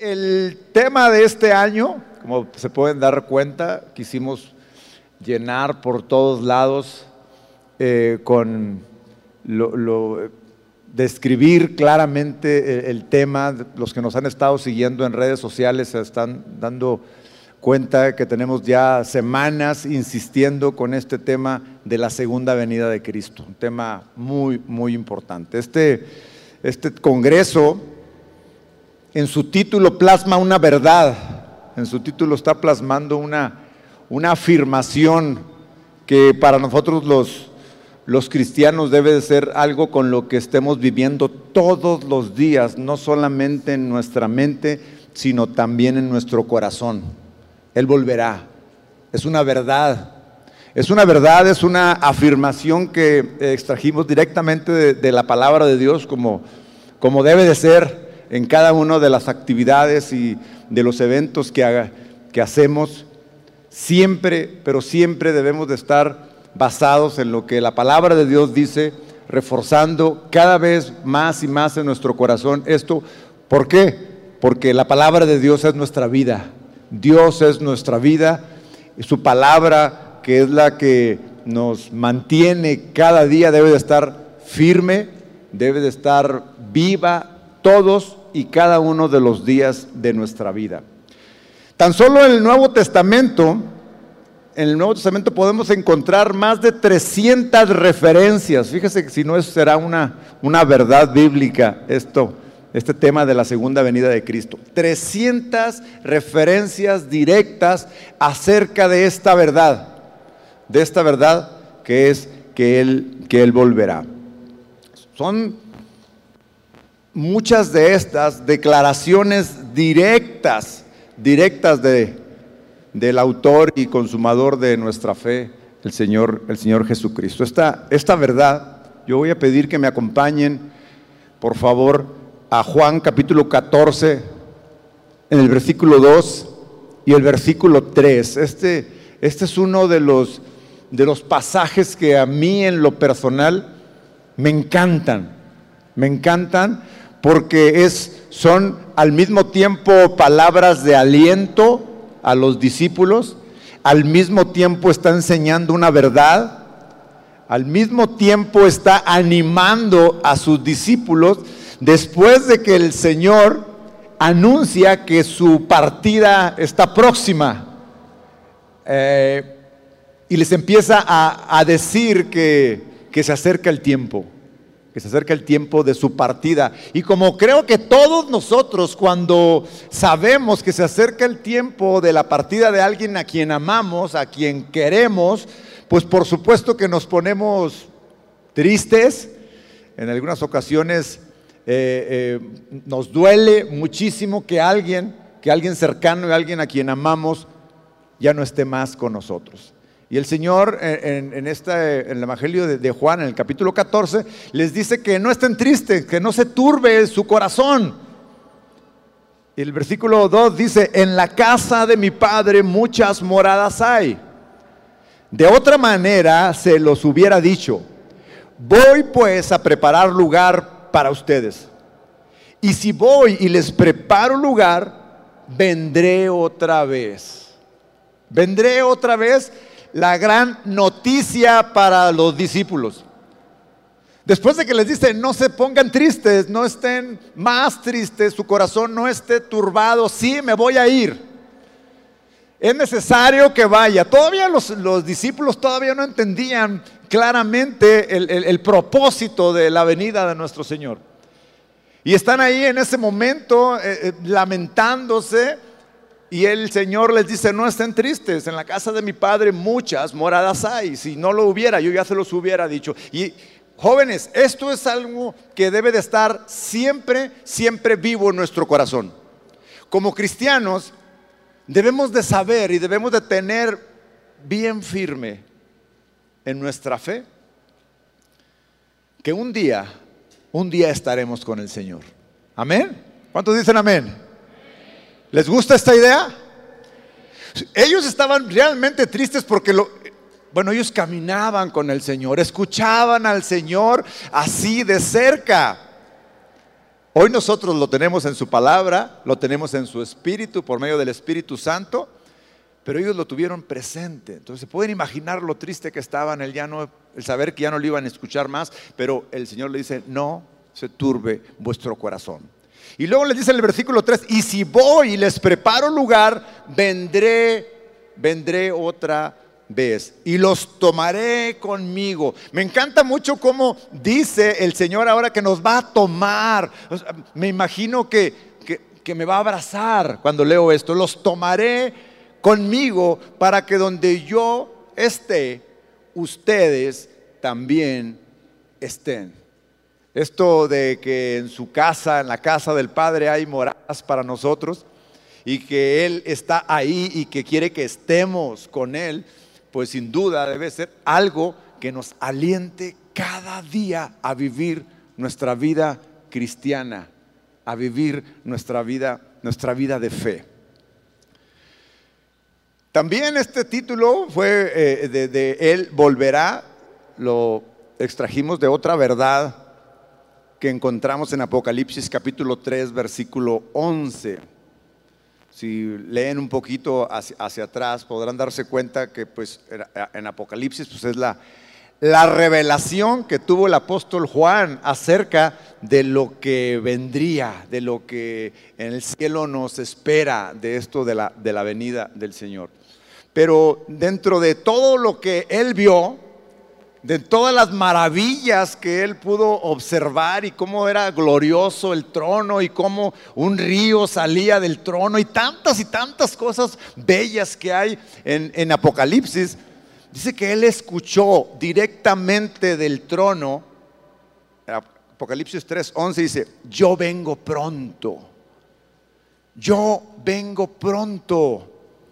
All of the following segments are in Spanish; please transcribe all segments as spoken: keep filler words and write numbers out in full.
El tema de este año, como se pueden dar cuenta, quisimos llenar por todos lados eh, con lo, lo, describir claramente el, el tema. Los que nos han estado siguiendo en redes sociales se están dando cuenta que tenemos ya semanas insistiendo con este tema de la segunda venida de Cristo, un tema muy, muy importante. Este, este congreso en su título plasma una verdad, en su título está plasmando una, una afirmación que para nosotros los, los cristianos debe de ser algo con lo que estemos viviendo todos los días, no solamente en nuestra mente, sino también en nuestro corazón. Él volverá, es una verdad, es una verdad, es una afirmación que extrajimos directamente de, de la palabra de Dios como, como debe de ser en cada una de las actividades y de los eventos que, haga, que hacemos. Siempre, pero siempre debemos de estar basados en lo que la palabra de Dios dice, reforzando cada vez más y más en nuestro corazón esto. ¿Por qué? Porque la palabra de Dios es nuestra vida. Dios es nuestra vida y su palabra, que es la que nos mantiene cada día, debe de estar firme, debe de estar viva todos y cada uno de los días de nuestra vida. Tan solo en el Nuevo Testamento, en el Nuevo Testamento podemos encontrar más de trescientas referencias. Fíjese que si no, eso será una, una verdad bíblica esto. Este tema de la segunda venida de Cristo. trescientas referencias directas acerca de esta verdad, de esta verdad que es que Él, que Él volverá. Son muchas de estas declaraciones directas, directas de, del autor y consumador de nuestra fe, el Señor, el Señor Jesucristo. Esta, esta verdad, yo voy a pedir que me acompañen, por favor, a Juan capítulo catorce, en el versículo dos y el versículo tres. Este, este es uno de los, de los pasajes que a mí en lo personal me encantan, me encantan porque es, son al mismo tiempo palabras de aliento a los discípulos, al mismo tiempo está enseñando una verdad, al mismo tiempo está animando a sus discípulos. Después de que el Señor anuncia que su partida está próxima eh, y les empieza a, a decir que, que se acerca el tiempo, que se acerca el tiempo de su partida. Y como creo que todos nosotros, cuando sabemos que se acerca el tiempo de la partida de alguien a quien amamos, a quien queremos, pues por supuesto que nos ponemos tristes, en algunas ocasiones Eh, eh, nos duele muchísimo que alguien, que alguien cercano y alguien a quien amamos ya no esté más con nosotros. Y el Señor en, en, esta, en el Evangelio de, de Juan, en el capítulo catorce, les dice que no estén tristes, que no se turbe su corazón. Y el versículo dos dice: en la casa de mi Padre muchas moradas hay. De otra manera se los hubiera dicho: voy pues a preparar lugar para ustedes. Y si voy y les preparo lugar, vendré otra vez. Vendré otra vez, la gran noticia para los discípulos. Después de que les dice: no se pongan tristes, no estén más tristes, su corazón no esté turbado. Sí, me voy a ir. Es necesario que vaya. Todavía los, los discípulos todavía no entendían claramente el, el, el propósito de la venida de nuestro Señor. Y están ahí en ese momento eh, eh, lamentándose, y el Señor les dice: no estén tristes, en la casa de mi Padre muchas moradas hay. Si no lo hubiera, yo ya se los hubiera dicho. Y jóvenes, esto es algo que debe de estar siempre, siempre vivo en nuestro corazón. Como cristianos debemos de saber y debemos de tener bien firme en nuestra fe que un día, un día estaremos con el Señor. ¿Amén? ¿Cuántos dicen amén? ¿Les gusta esta idea? Ellos estaban realmente tristes porque lo, bueno, ellos caminaban con el Señor, escuchaban al Señor así de cerca. Hoy nosotros lo tenemos en su palabra, lo tenemos en su espíritu, por medio del Espíritu Santo, pero ellos lo tuvieron presente. Entonces pueden imaginar lo triste que estaban, el, ya no, el saber que ya no lo iban a escuchar más, pero el Señor le dice, no se turbe vuestro corazón. Y luego le dice en el versículo tres, y si voy y les preparo lugar, vendré, vendré otra vez y los tomaré conmigo. Me encanta mucho cómo dice el Señor ahora que nos va a tomar. O sea, me imagino que, que, que me va a abrazar cuando leo esto. Los tomaré conmigo para que donde yo esté, ustedes también estén. Esto de que en su casa, en la casa del Padre hay moradas para nosotros y que Él está ahí y que quiere que estemos con Él, pues sin duda debe ser algo que nos aliente cada día a vivir nuestra vida cristiana, a vivir nuestra vida, nuestra vida de fe. También este título fue eh, de, de Él volverá, lo extrajimos de otra verdad que encontramos en Apocalipsis capítulo tres, versículo once. Si leen un poquito hacia, hacia atrás, podrán darse cuenta que pues, en Apocalipsis pues, es la, la revelación que tuvo el apóstol Juan acerca de lo que vendría, de lo que en el cielo nos espera, de esto de la, de la venida del Señor. Pero dentro de todo lo que él vio, de todas las maravillas que él pudo observar y cómo era glorioso el trono y cómo un río salía del trono y tantas y tantas cosas bellas que hay en, en Apocalipsis, dice que él escuchó directamente del trono. Apocalipsis tres, once dice, yo vengo pronto, yo vengo pronto.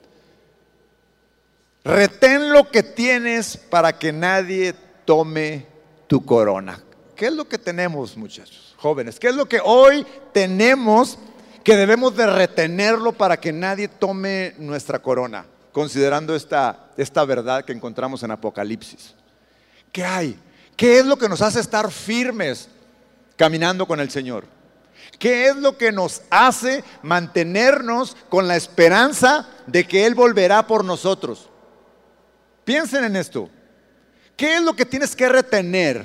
Retén lo que tienes para que nadie tome tu corona. ¿Qué es lo que tenemos, muchachos, jóvenes? ¿Qué es lo que hoy tenemos que debemos de retenerlo para que nadie tome nuestra corona? Considerando esta, esta verdad que encontramos en Apocalipsis. ¿Qué hay? ¿Qué es lo que nos hace estar firmes caminando con el Señor? ¿Qué es lo que nos hace mantenernos con la esperanza de que Él volverá por nosotros? Piensen en esto. ¿Qué es lo que tienes que retener?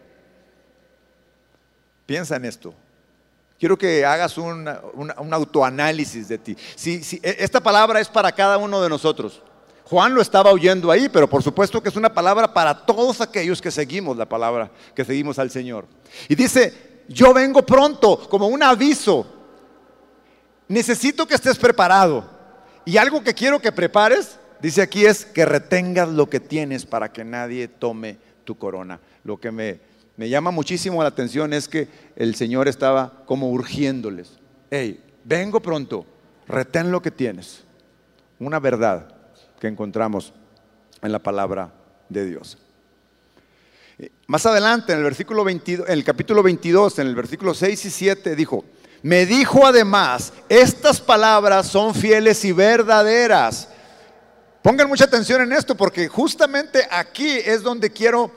Piensa en esto. Quiero que hagas un, un, un autoanálisis de ti. Si, si, esta palabra es para cada uno de nosotros. Juan lo estaba oyendo ahí, pero por supuesto que es una palabra para todos aquellos que seguimos la palabra, que seguimos al Señor. Y dice, yo vengo pronto, como un aviso. Necesito que estés preparado. Y algo que quiero que prepares, dice aquí, es que retengas lo que tienes para que nadie tome tu corona. Lo que me, me llama muchísimo la atención es que el Señor estaba como urgiéndoles. Hey, vengo pronto, retén lo que tienes. Una verdad que encontramos en la palabra de Dios. Más adelante, en el versículo veintidós, en el capítulo veintidós, en el versículo seis y siete, dijo, me dijo además, estas palabras son fieles y verdaderas. Pongan mucha atención en esto, porque justamente aquí es donde quiero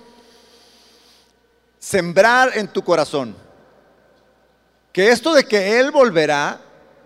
sembrar en tu corazón que esto de que Él volverá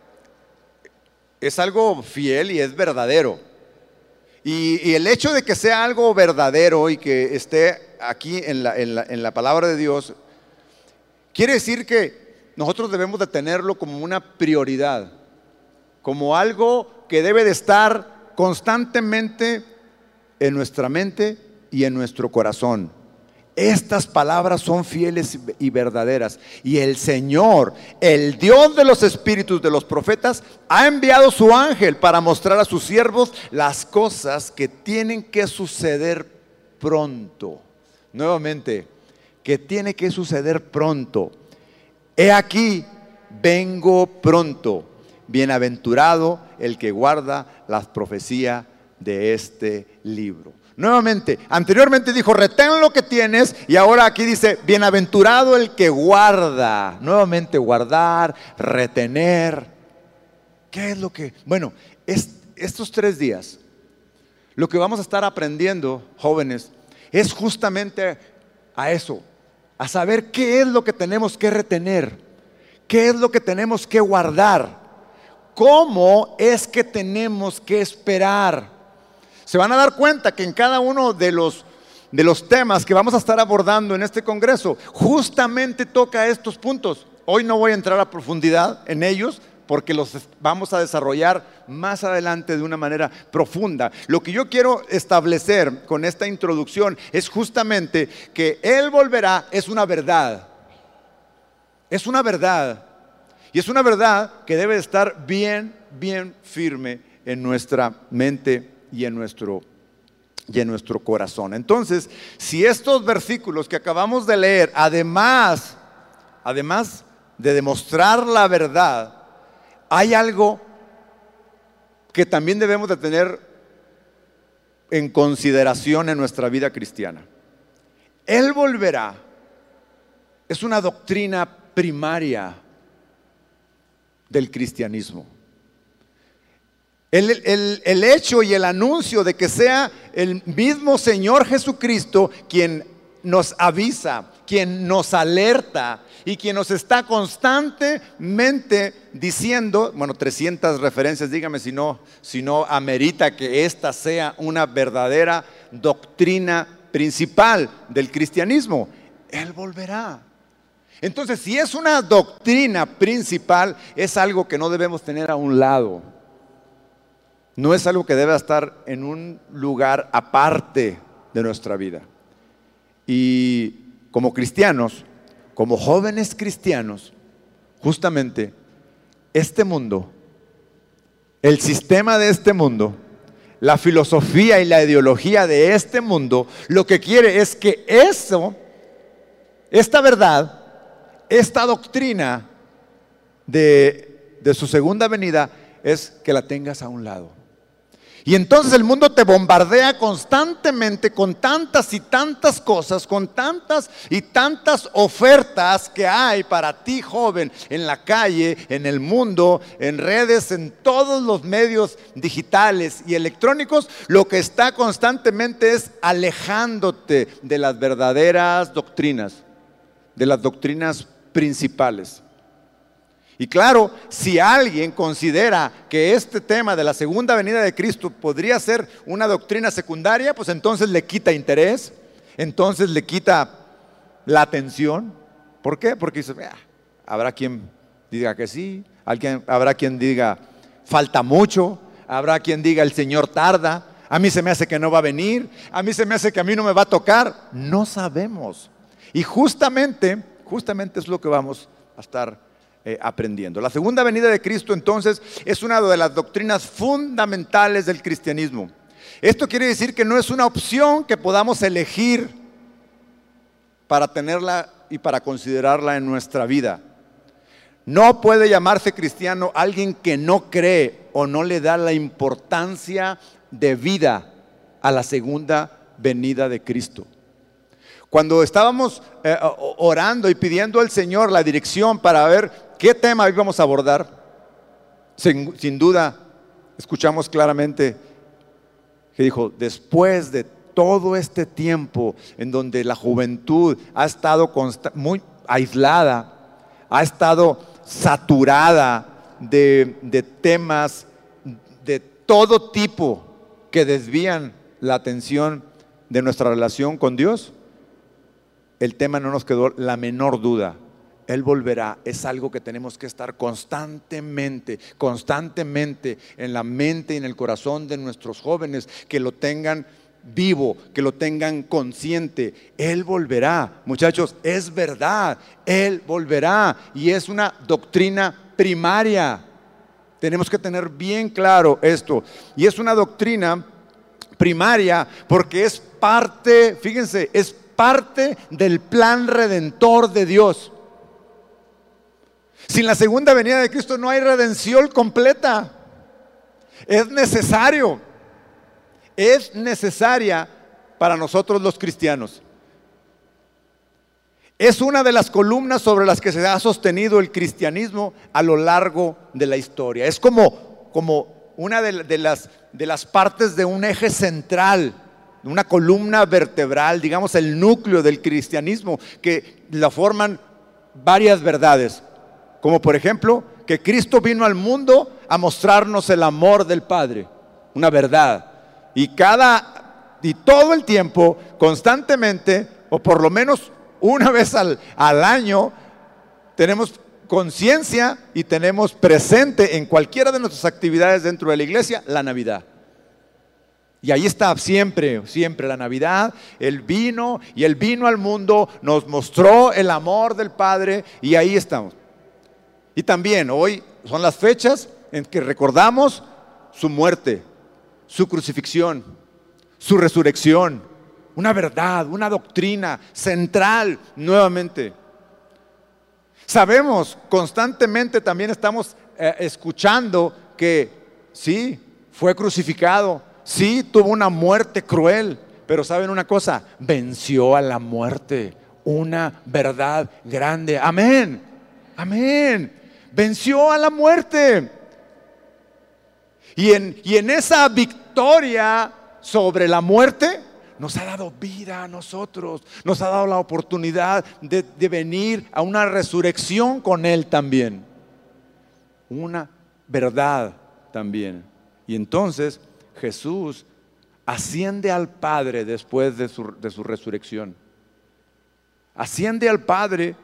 es algo fiel y es verdadero. Y, y el hecho de que sea algo verdadero y que esté aquí en la, en la, en la palabra de Dios, quiere decir que nosotros debemos de tenerlo como una prioridad, como algo que debe de estar constantemente en nuestra mente y en nuestro corazón. Estas palabras son fieles y verdaderas, y el Señor, el Dios de los espíritus de los profetas, ha enviado su ángel para mostrar a sus siervos las cosas que tienen que suceder pronto. Nuevamente, que tiene que suceder pronto. He aquí, vengo pronto. Bienaventurado el que guarda la profecía de este libro. Nuevamente, anteriormente dijo, retén lo que tienes, y ahora aquí dice, bienaventurado el que guarda. Nuevamente, guardar, retener. ¿Qué es lo que? Bueno, es, estos tres días, lo que vamos a estar aprendiendo, jóvenes, es justamente a eso, a saber qué es lo que tenemos que retener. ¿Qué es lo que tenemos que guardar? ¿Cómo es que tenemos que esperar? Se van a dar cuenta que en cada uno de los, de los temas que vamos a estar abordando en este congreso, justamente toca estos puntos. Hoy no voy a entrar a profundidad en ellos, porque los vamos a desarrollar más adelante de una manera profunda. Lo que yo quiero establecer con esta introducción es justamente que Él volverá, es una verdad. Es una verdad. Y es una verdad que debe estar bien, bien firme en nuestra mente y en nuestro, y en nuestro corazón. Entonces, si estos versículos que acabamos de leer, además, además de demostrar la verdad, hay algo que también debemos de tener en consideración en nuestra vida cristiana. Él volverá. Es una doctrina primaria del cristianismo. El, el, el hecho y el anuncio de que sea el mismo Señor Jesucristo quien nos avisa, quien nos alerta y quien nos está constantemente diciendo, bueno, trescientas referencias, dígame si no, si no amerita que esta sea una verdadera doctrina principal del cristianismo. Él volverá. Entonces, si es una doctrina principal, es algo que no debemos tener a un lado. No es algo que debe estar en un lugar aparte de nuestra vida. Y como cristianos, como jóvenes cristianos, justamente este mundo, el sistema de este mundo, la filosofía y la ideología de este mundo, lo que quiere es que eso, esta verdad, esta doctrina de, de su segunda venida, es que la tengas a un lado. Y entonces el mundo te bombardea constantemente con tantas y tantas cosas, con tantas y tantas ofertas que hay para ti, joven, en la calle, en el mundo, en redes, en todos los medios digitales y electrónicos. Lo que está constantemente es alejándote de las verdaderas doctrinas, de las doctrinas principales. Y claro, si alguien considera que este tema de la segunda venida de Cristo podría ser una doctrina secundaria, pues entonces le quita interés, entonces le quita la atención. ¿Por qué? Porque dice, ah, habrá quien diga que sí, alguien, habrá quien diga falta mucho, habrá quien diga el Señor tarda, a mí se me hace que no va a venir, a mí se me hace que a mí no me va a tocar. No sabemos. Y justamente, justamente es lo que vamos a estar Eh, aprendiendo. La segunda venida de Cristo entonces es una de las doctrinas fundamentales del cristianismo. Esto quiere decir que no es una opción que podamos elegir para tenerla y para considerarla en nuestra vida. No puede llamarse cristiano alguien que no cree o no le da la importancia de vida a la segunda venida de Cristo. Cuando estábamos eh, orando y pidiendo al Señor la dirección para ver qué tema íbamos a abordar, sin, sin duda escuchamos claramente que dijo, después de todo este tiempo en donde la juventud ha estado muy aislada, ha estado saturada de, de temas de todo tipo que desvían la atención de nuestra relación con Dios, el tema no nos quedó la menor duda. Él volverá. Es algo que tenemos que estar constantemente, constantemente en la mente y en el corazón de nuestros jóvenes, que lo tengan vivo, que lo tengan consciente. Él volverá. Muchachos, es verdad. Él volverá. Y es una doctrina primaria. Tenemos que tener bien claro esto. Y es una doctrina primaria porque es parte, fíjense, es parte del plan redentor de Dios. Sin la segunda venida de Cristo no hay redención completa. Es necesario, es necesaria para nosotros los cristianos. Es una de las columnas sobre las que se ha sostenido el cristianismo a lo largo de la historia. Es como, como una de, de, las, de las partes de un eje central, una columna vertebral, digamos el núcleo del cristianismo, que la forman varias verdades. Como por ejemplo, que Cristo vino al mundo a mostrarnos el amor del Padre, una verdad. Y cada, y todo el tiempo, constantemente, o por lo menos una vez al, al año, tenemos conciencia y tenemos presente en cualquiera de nuestras actividades dentro de la iglesia, la Navidad. Y ahí está siempre, siempre la Navidad. Él vino y Él vino al mundo, nos mostró el amor del Padre y ahí estamos. Y también hoy son las fechas en que recordamos su muerte, su crucifixión, su resurrección, una verdad, una doctrina central nuevamente. Sabemos, constantemente también estamos eh, escuchando que sí, fue crucificado, sí, tuvo una muerte cruel, pero ¿saben una cosa? Venció a la muerte, una verdad grande. Amén, amén. Venció a la muerte. Y en, y en esa victoria sobre la muerte, nos ha dado vida a nosotros, nos ha dado la oportunidad de, de venir a una resurrección con Él también. Una verdad también. Y entonces Jesús asciende al Padre después de su, de su resurrección. Asciende al Padre,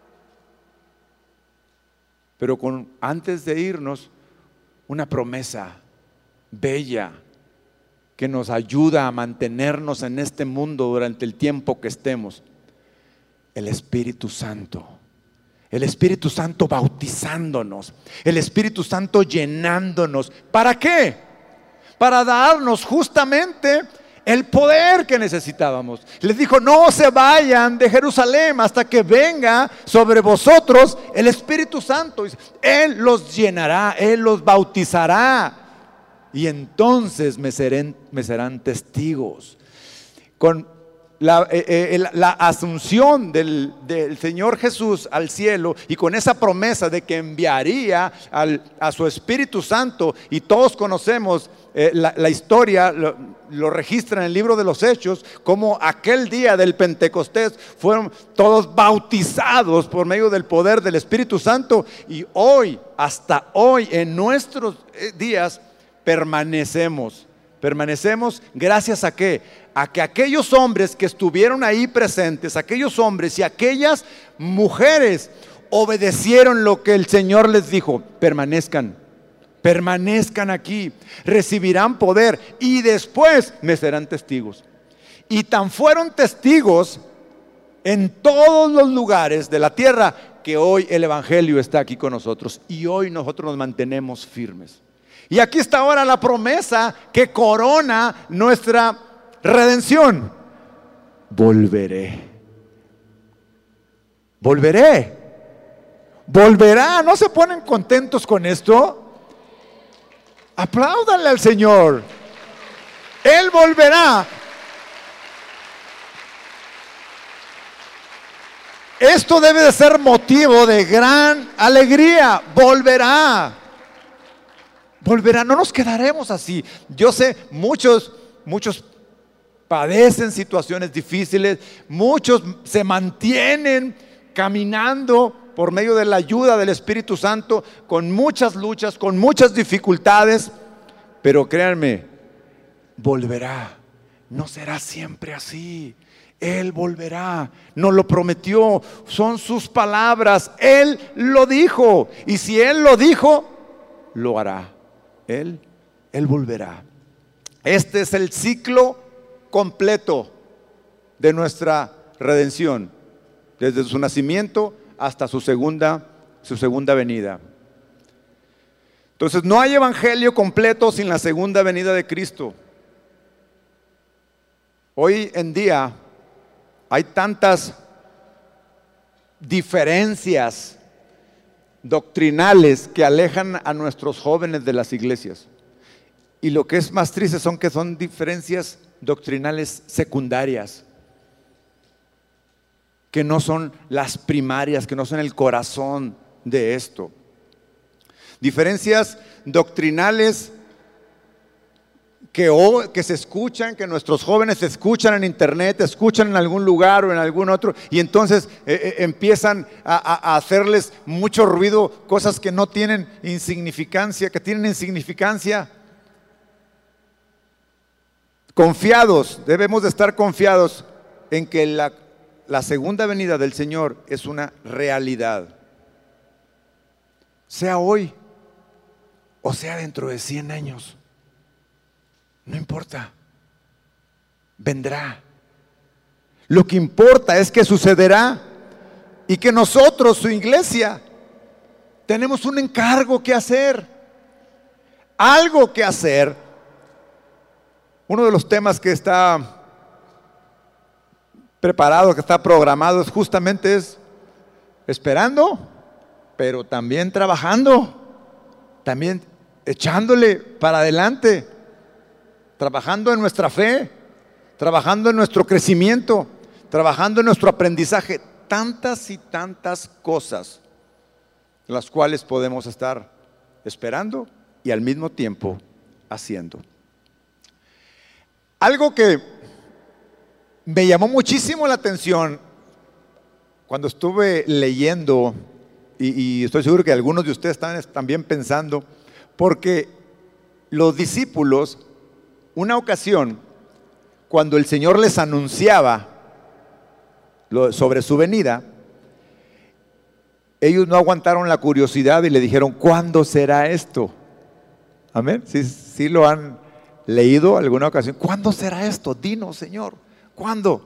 pero con, antes de irnos, una promesa bella que nos ayuda a mantenernos en este mundo durante el tiempo que estemos. El Espíritu Santo. El Espíritu Santo bautizándonos. El Espíritu Santo llenándonos. ¿Para qué? Para darnos justamente el poder que necesitábamos. Les dijo, no se vayan de Jerusalén hasta que venga sobre vosotros el Espíritu Santo. Él los llenará, Él los bautizará. Y entonces me serán, me serán testigos. Con la, eh, eh, la asunción del, del Señor Jesús al cielo y con esa promesa de que enviaría al, a su Espíritu Santo, y todos conocemos eh, la, la historia, lo, lo registra en el libro de los Hechos, como aquel día del Pentecostés fueron todos bautizados por medio del poder del Espíritu Santo. Y hoy, hasta hoy, en nuestros días, permanecemos, permanecemos gracias a qué, a que aquellos hombres que estuvieron ahí presentes, aquellos hombres y aquellas mujeres obedecieron lo que el Señor les dijo. Permanezcan, permanezcan aquí, recibirán poder y después me serán testigos. Y tan fueron testigos en todos los lugares de la tierra que hoy el Evangelio está aquí con nosotros y hoy nosotros nos mantenemos firmes. Y aquí está ahora la promesa que corona nuestra redención. Volveré. Volveré. Volverá. ¿No se ponen contentos con esto? Apláudanle al Señor. Él volverá. Esto debe de ser motivo de gran alegría. Volverá. Volverá, no nos quedaremos así. Yo sé, muchos, muchos padecen situaciones difíciles, muchos se mantienen caminando por medio de la ayuda del Espíritu Santo, con muchas luchas, con muchas dificultades, pero créanme, volverá. No será siempre así. Él volverá, nos lo prometió, son sus palabras, Él lo dijo, y si Él lo dijo, lo hará. Él, Él volverá. Este es el ciclo completo de nuestra redención, desde su nacimiento hasta su segunda, su segunda venida. Entonces no hay evangelio completo sin la segunda venida de Cristo. Hoy en día hay tantas diferencias doctrinales que alejan a nuestros jóvenes de las iglesias. Y lo que es más triste son que son diferencias doctrinales secundarias, que no son las primarias, que no son el corazón de esto. Diferencias doctrinales que, o, que se escuchan, que nuestros jóvenes escuchan en internet, escuchan en algún lugar o en algún otro, y entonces eh, eh, empiezan a, a, a hacerles mucho ruido, cosas que no tienen insignificancia, que tienen insignificancia. Confiados, debemos de estar confiados en que la, la segunda venida del Señor es una realidad. Sea hoy o sea dentro de cien años. No importa, vendrá. Lo que importa es que sucederá y que nosotros, su iglesia, tenemos un encargo que hacer, algo que hacer. Uno de los temas que está preparado, que está programado, es justamente es esperando, pero también trabajando, también echándole para adelante, trabajando en nuestra fe, trabajando en nuestro crecimiento, trabajando en nuestro aprendizaje, tantas y tantas cosas, las cuales podemos estar esperando y al mismo tiempo haciendo. Algo que me llamó muchísimo la atención cuando estuve leyendo, y, y estoy seguro que algunos de ustedes están también pensando, porque los discípulos, una ocasión, cuando el Señor les anunciaba sobre su venida, ellos no aguantaron la curiosidad y le dijeron: ¿cuándo será esto? Amén. ¿Sí, sí lo han leído alguna ocasión? ¿Cuándo será esto? Dinos, Señor, ¿cuándo?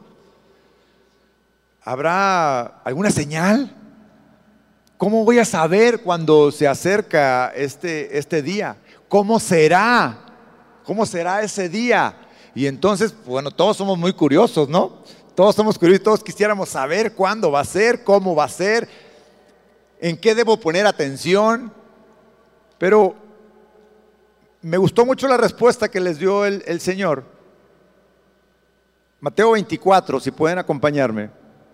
¿Habrá alguna señal? ¿Cómo voy a saber cuando se acerca este, este día? ¿Cómo será? ¿Cómo será ese día? Y entonces, bueno, todos somos muy curiosos, ¿no? Todos somos curiosos, todos quisiéramos saber cuándo va a ser, cómo va a ser, en qué debo poner atención. Pero me gustó mucho la respuesta que les dio el, el Señor. Mateo veinticuatro, si pueden acompañarme.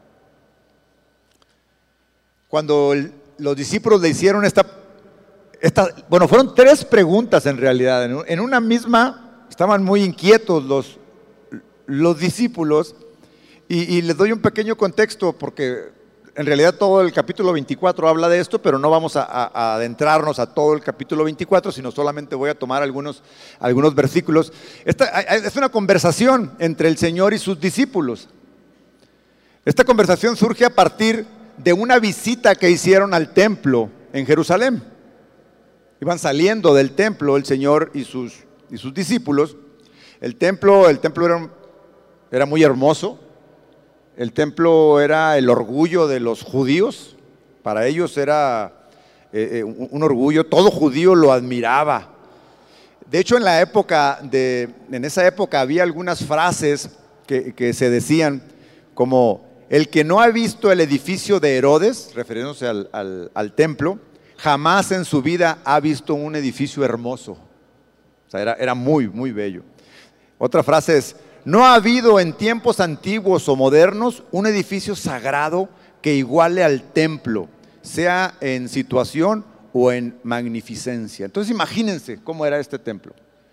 Cuando el, los discípulos le hicieron esta, esta, bueno, fueron tres preguntas en realidad. En, en una misma, estaban muy inquietos los, los discípulos, y, y les doy un pequeño contexto porque en realidad todo el capítulo veinticuatro habla de esto, pero no vamos a, a, a adentrarnos a todo el capítulo veinticuatro, sino solamente voy a tomar algunos, algunos versículos. Esta es una conversación entre el Señor y sus discípulos. Esta conversación surge a partir de una visita que hicieron al templo en Jerusalén. Iban saliendo del templo el Señor y sus, y sus discípulos. El templo, el templo era, era muy hermoso. El templo era el orgullo de los judíos. Para ellos era eh, un, un orgullo. Todo judío lo admiraba. De hecho, en la época de, en esa época había algunas frases que, que se decían como: el que no ha visto el edificio de Herodes, refiriéndose al, al, al templo, jamás en su vida ha visto un edificio hermoso. O sea, era, era muy, muy bello. Otra frase es: no ha habido en tiempos antiguos o modernos un edificio sagrado que iguale al templo, sea en situación o en magnificencia. Entonces imagínense cómo era este templo.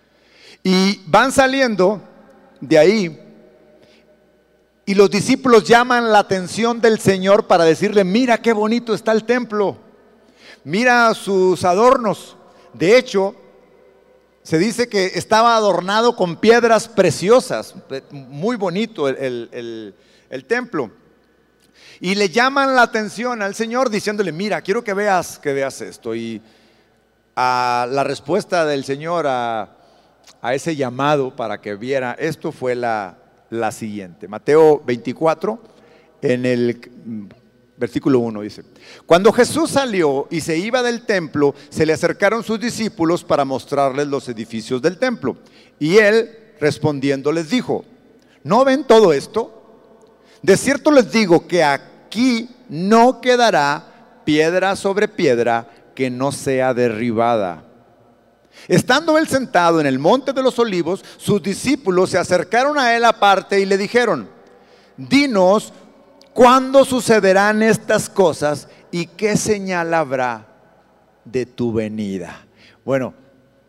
Y van saliendo de ahí, y los discípulos llaman la atención del Señor para decirle: mira qué bonito está el templo, mira sus adornos. De hecho, se dice que estaba adornado con piedras preciosas, muy bonito el, el, el, el templo. Y le llaman la atención al Señor diciéndole: mira, quiero que veas, que veas esto. Y a la respuesta del Señor a, a ese llamado para que viera esto fue la la siguiente. Mateo veinticuatro, en el versículo uno dice: cuando Jesús salió y se iba del templo, se le acercaron sus discípulos para mostrarles los edificios del templo. Y él, respondiendo, les dijo: ¿no ven todo esto? De cierto les digo que aquí no quedará piedra sobre piedra que no sea derribada. Estando él sentado en el monte de los olivos, sus discípulos se acercaron a él aparte y le dijeron: dinos, ¿cuándo sucederán estas cosas y qué señal habrá de tu venida? Bueno,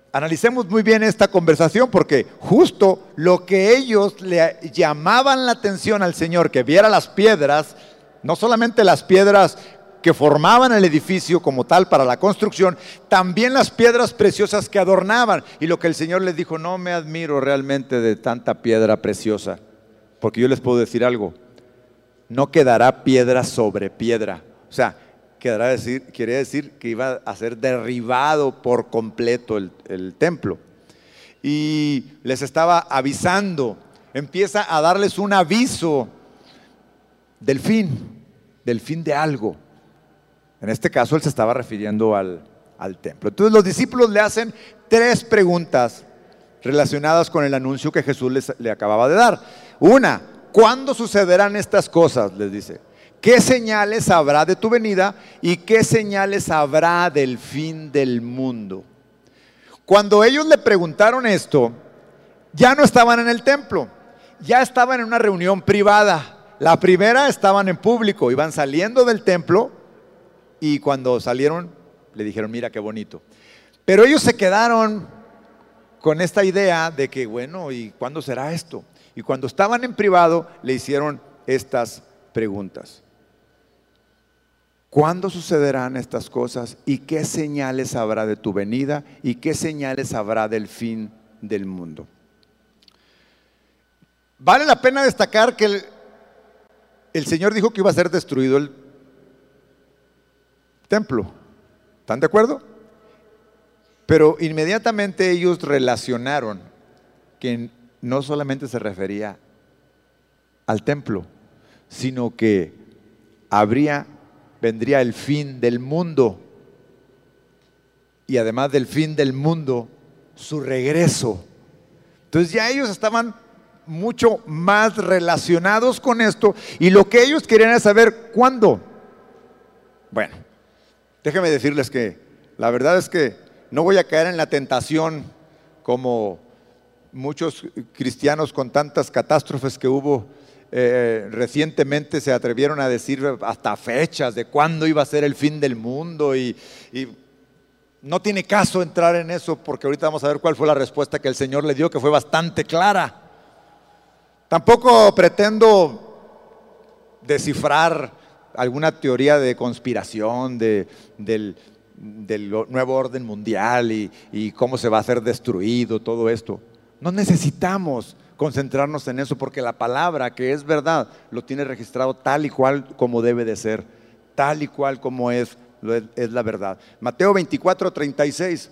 analicemos muy bien esta conversación, porque justo lo que ellos le llamaban la atención al Señor, que viera las piedras, no solamente las piedras que formaban el edificio como tal para la construcción, también las piedras preciosas que adornaban. Y lo que el Señor les dijo: no me admiro realmente de tanta piedra preciosa, porque yo les puedo decir algo: no quedará piedra sobre piedra. O sea, quedará decir, quiere decir que iba a ser derribado por completo el, el templo. Y les estaba avisando, empieza a darles un aviso del fin, del fin de algo. En este caso él se estaba refiriendo al, al templo. Entonces los discípulos le hacen tres preguntas relacionadas con el anuncio que Jesús les, le acababa de dar. Una: ¿cuándo sucederán estas cosas?, les dice. ¿Qué señales habrá de tu venida y qué señales habrá del fin del mundo? Cuando ellos le preguntaron esto, ya no estaban en el templo, ya estaban en una reunión privada. La primera estaban en público, iban saliendo del templo, y cuando salieron le dijeron: mira qué bonito. Pero ellos se quedaron con esta idea de que, bueno, ¿y cuándo será esto? Y cuando estaban en privado le hicieron estas preguntas: ¿cuándo sucederán estas cosas? ¿Y qué señales habrá de tu venida? ¿Y qué señales habrá del fin del mundo? Vale la pena destacar que el, el Señor dijo que iba a ser destruido el templo. ¿Están de acuerdo? Pero inmediatamente ellos relacionaron que no solamente se refería al templo, sino que habría, vendría el fin del mundo, y además del fin del mundo, su regreso. Entonces ya ellos estaban mucho más relacionados con esto, y lo que ellos querían es saber cuándo. Bueno, déjenme decirles que la verdad es que no voy a caer en la tentación como muchos cristianos con tantas catástrofes que hubo eh, recientemente se atrevieron a decir hasta fechas de cuándo iba a ser el fin del mundo, y, y no tiene caso entrar en eso, porque ahorita vamos a ver cuál fue la respuesta que el Señor le dio, que fue bastante clara. Tampoco pretendo descifrar alguna teoría de conspiración de, del, del nuevo orden mundial y, y cómo se va a ser destruido todo esto. No necesitamos concentrarnos en eso, porque la palabra, que es verdad, lo tiene registrado tal y cual como debe de ser, tal y cual como es, es, es la verdad. Mateo veinticuatro, treinta y seis.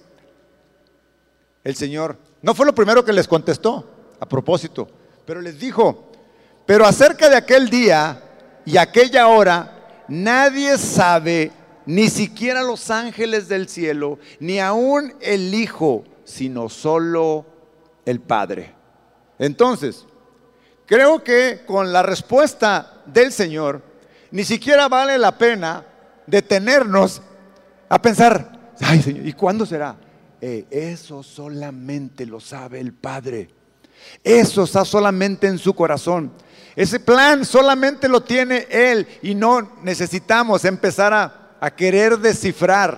El Señor no fue lo primero que les contestó a propósito, pero les dijo: pero acerca de aquel día y aquella hora nadie sabe, ni siquiera los ángeles del cielo, ni aún el Hijo, sino solo el Padre. Entonces, creo que con la respuesta del Señor ni siquiera vale la pena detenernos a pensar: ay, Señor, ¿y cuándo será? Eh, eso solamente lo sabe el Padre. Eso está solamente en su corazón. Ese plan solamente lo tiene Él, y no necesitamos empezar a, a querer descifrar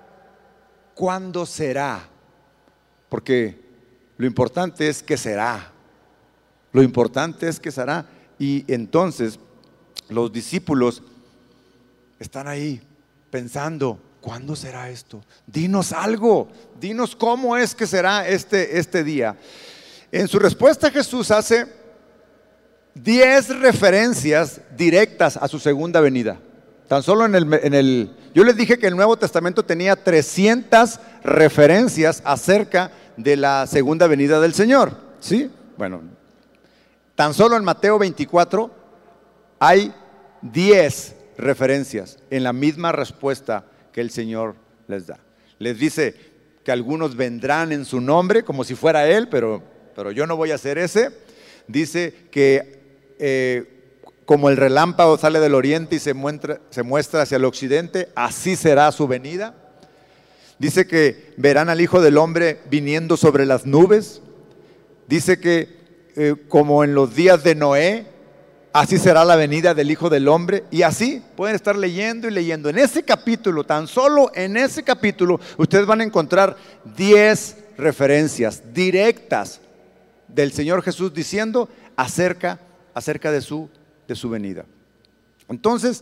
cuándo será, porque lo importante es que será. Lo importante es que será. Y entonces los discípulos están ahí pensando: ¿cuándo será esto? Dinos algo, dinos cómo es que será este, este día. En su respuesta Jesús hace diez referencias directas a su segunda venida. Tan solo en el, en el, yo les dije que el Nuevo Testamento tenía trescientas referencias acerca de la segunda venida del Señor, ¿sí? Bueno, tan solo en Mateo veinticuatro hay diez referencias en la misma respuesta que el Señor les da. Les dice que algunos vendrán en su nombre como si fuera Él, pero, pero yo no voy a ser ese. Dice que eh, como el relámpago sale del oriente y se muestra, se muestra hacia el occidente, así será su venida. Dice que verán al Hijo del Hombre viniendo sobre las nubes. Dice que eh, como en los días de Noé, así será la venida del Hijo del Hombre. Y así pueden estar leyendo y leyendo. En ese capítulo, tan solo en ese capítulo, ustedes van a encontrar diez referencias directas del Señor Jesús diciendo acerca, acerca de su, de su venida. Entonces,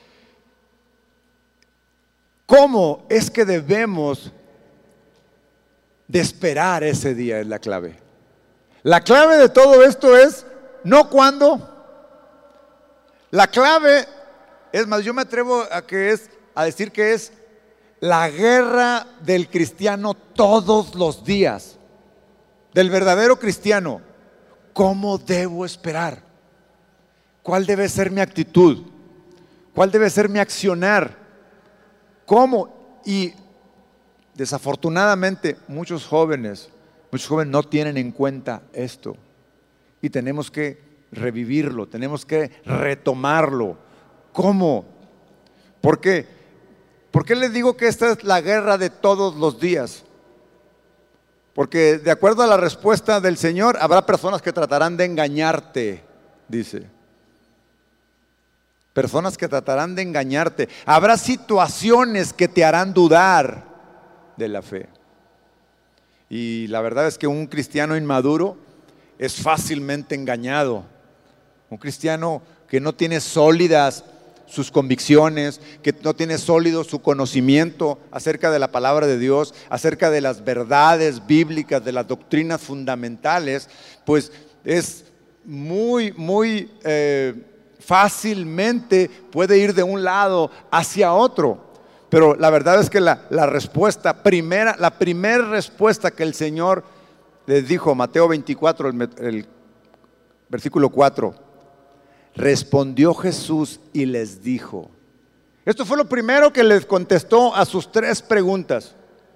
¿cómo es que debemos de esperar ese día? Es la clave. La clave de todo esto es no cuándo. La clave, es más, yo me atrevo a que es a decir que es la guerra del cristiano todos los días, del verdadero cristiano. ¿Cómo debo esperar? ¿Cuál debe ser mi actitud? ¿Cuál debe ser mi accionar? ¿Cómo? Y desafortunadamente muchos jóvenes, muchos jóvenes no tienen en cuenta esto. Y tenemos que revivirlo, tenemos que retomarlo. ¿Cómo? ¿Por qué? ¿Por qué les digo que esta es la guerra de todos los días? Porque de acuerdo a la respuesta del Señor, habrá personas que tratarán de engañarte, dice. Personas que tratarán de engañarte. Habrá situaciones que te harán dudar de la fe. Y la verdad es que un cristiano inmaduro es fácilmente engañado. Un cristiano que no tiene sólidas sus convicciones, que no tiene sólido su conocimiento acerca de la palabra de Dios, acerca de las verdades bíblicas, de las doctrinas fundamentales, pues es muy, muy eh, fácilmente puede ir de un lado hacia otro. Pero la verdad es que la, la respuesta primera, la primera respuesta que el Señor les dijo, Mateo veinticuatro, el, el versículo cuatro, respondió Jesús y les dijo. Esto fue lo primero que les contestó a sus tres preguntas.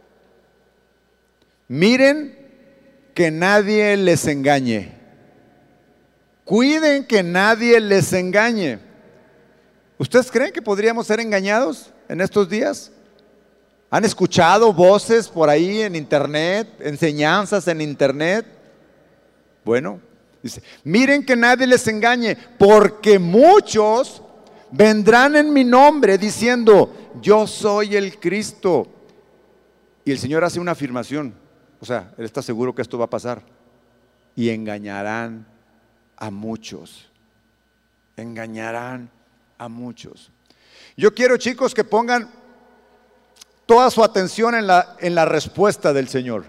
Miren que nadie les engañe. Cuiden que nadie les engañe. ¿Ustedes creen que podríamos ser engañados en estos días? ¿Han escuchado voces por ahí en internet, enseñanzas en internet? Bueno, dice, miren que nadie les engañe, porque muchos vendrán en mi nombre diciendo, yo soy el Cristo. Y el Señor hace una afirmación, o sea, Él está seguro que esto va a pasar. Y engañarán a muchos. Engañarán a muchos. Yo quiero, chicos, que pongan toda su atención en la, en la respuesta del Señor.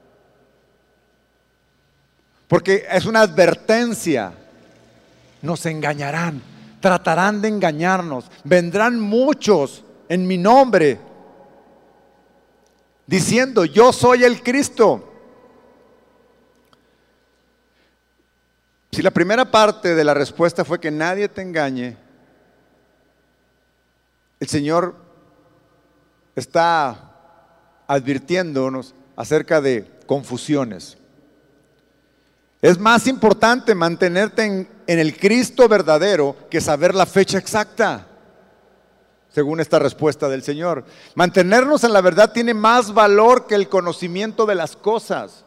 Porque es una advertencia. Nos engañarán, tratarán de engañarnos. Vendrán muchos en mi nombre diciendo, yo soy el Cristo. Si la primera parte de la respuesta fue que nadie te engañe, el Señor está advirtiéndonos acerca de confusiones. Es más importante mantenerte en, en el Cristo verdadero que saber la fecha exacta, según esta respuesta del Señor. Mantenernos en la verdad tiene más valor que el conocimiento de las cosas.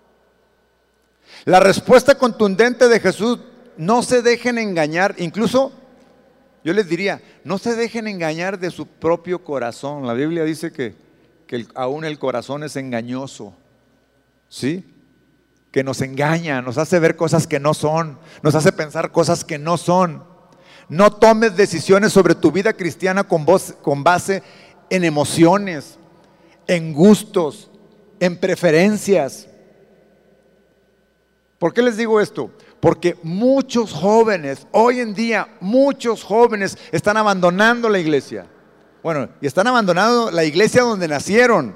La respuesta contundente de Jesús, no se dejen engañar, incluso yo les diría, no se dejen engañar de su propio corazón. La Biblia dice que, que el, aún el corazón es engañoso, ¿sí? Que nos engaña, nos hace ver cosas que no son, nos hace pensar cosas que no son. No tomes decisiones sobre tu vida cristiana con, voz, con base en emociones, en gustos, en preferencias. ¿Por qué les digo esto? Porque muchos jóvenes, hoy en día, muchos jóvenes están abandonando la iglesia. Bueno, y están abandonando la iglesia donde nacieron.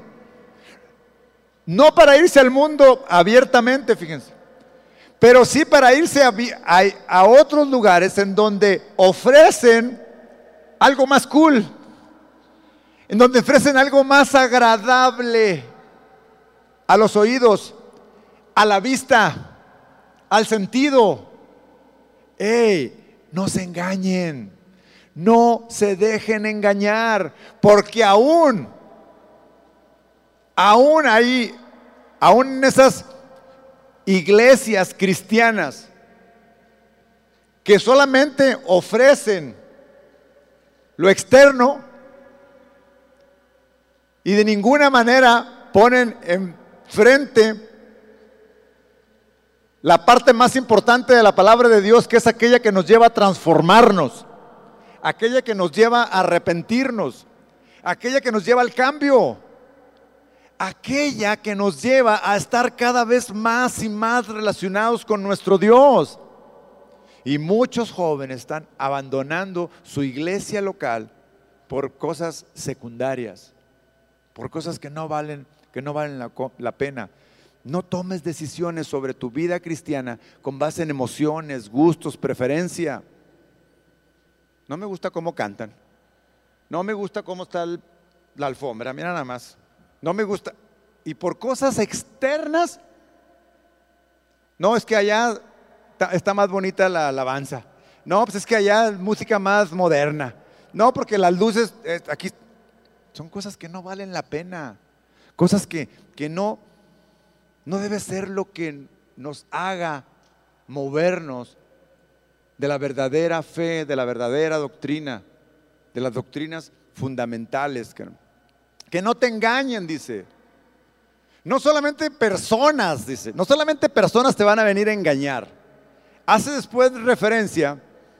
No para irse al mundo abiertamente, fíjense, pero sí para irse a, a, a otros lugares en donde ofrecen algo más cool, en donde ofrecen algo más agradable a los oídos, a la vista, al sentido. ¡Ey! No se engañen, no se dejen engañar, porque aún, aún ahí, aún en esas iglesias cristianas que solamente ofrecen lo externo y de ninguna manera ponen en frente la parte más importante de la palabra de Dios, que es aquella que nos lleva a transformarnos, aquella que nos lleva a arrepentirnos, aquella que nos lleva al cambio, aquella que nos lleva a estar cada vez más y más relacionados con nuestro Dios. Y muchos jóvenes están abandonando su iglesia local por cosas secundarias, por cosas que no valen, que no valen la, la pena. No tomes decisiones sobre tu vida cristiana con base en emociones, gustos, preferencia. No me gusta cómo cantan. No me gusta cómo está el, la alfombra, mira nada más. No me gusta. Y por cosas externas, no, es que allá está, está más bonita la alabanza. No, pues es que allá es música más moderna. No, porque las luces, eh, aquí, son cosas que no valen la pena. Cosas que, que no, no debe ser lo que nos haga movernos de la verdadera fe, de la verdadera doctrina, de las doctrinas fundamentales. Que, que no te engañen, dice. No solamente personas, dice, no solamente personas te van a venir a engañar. Hace después referencia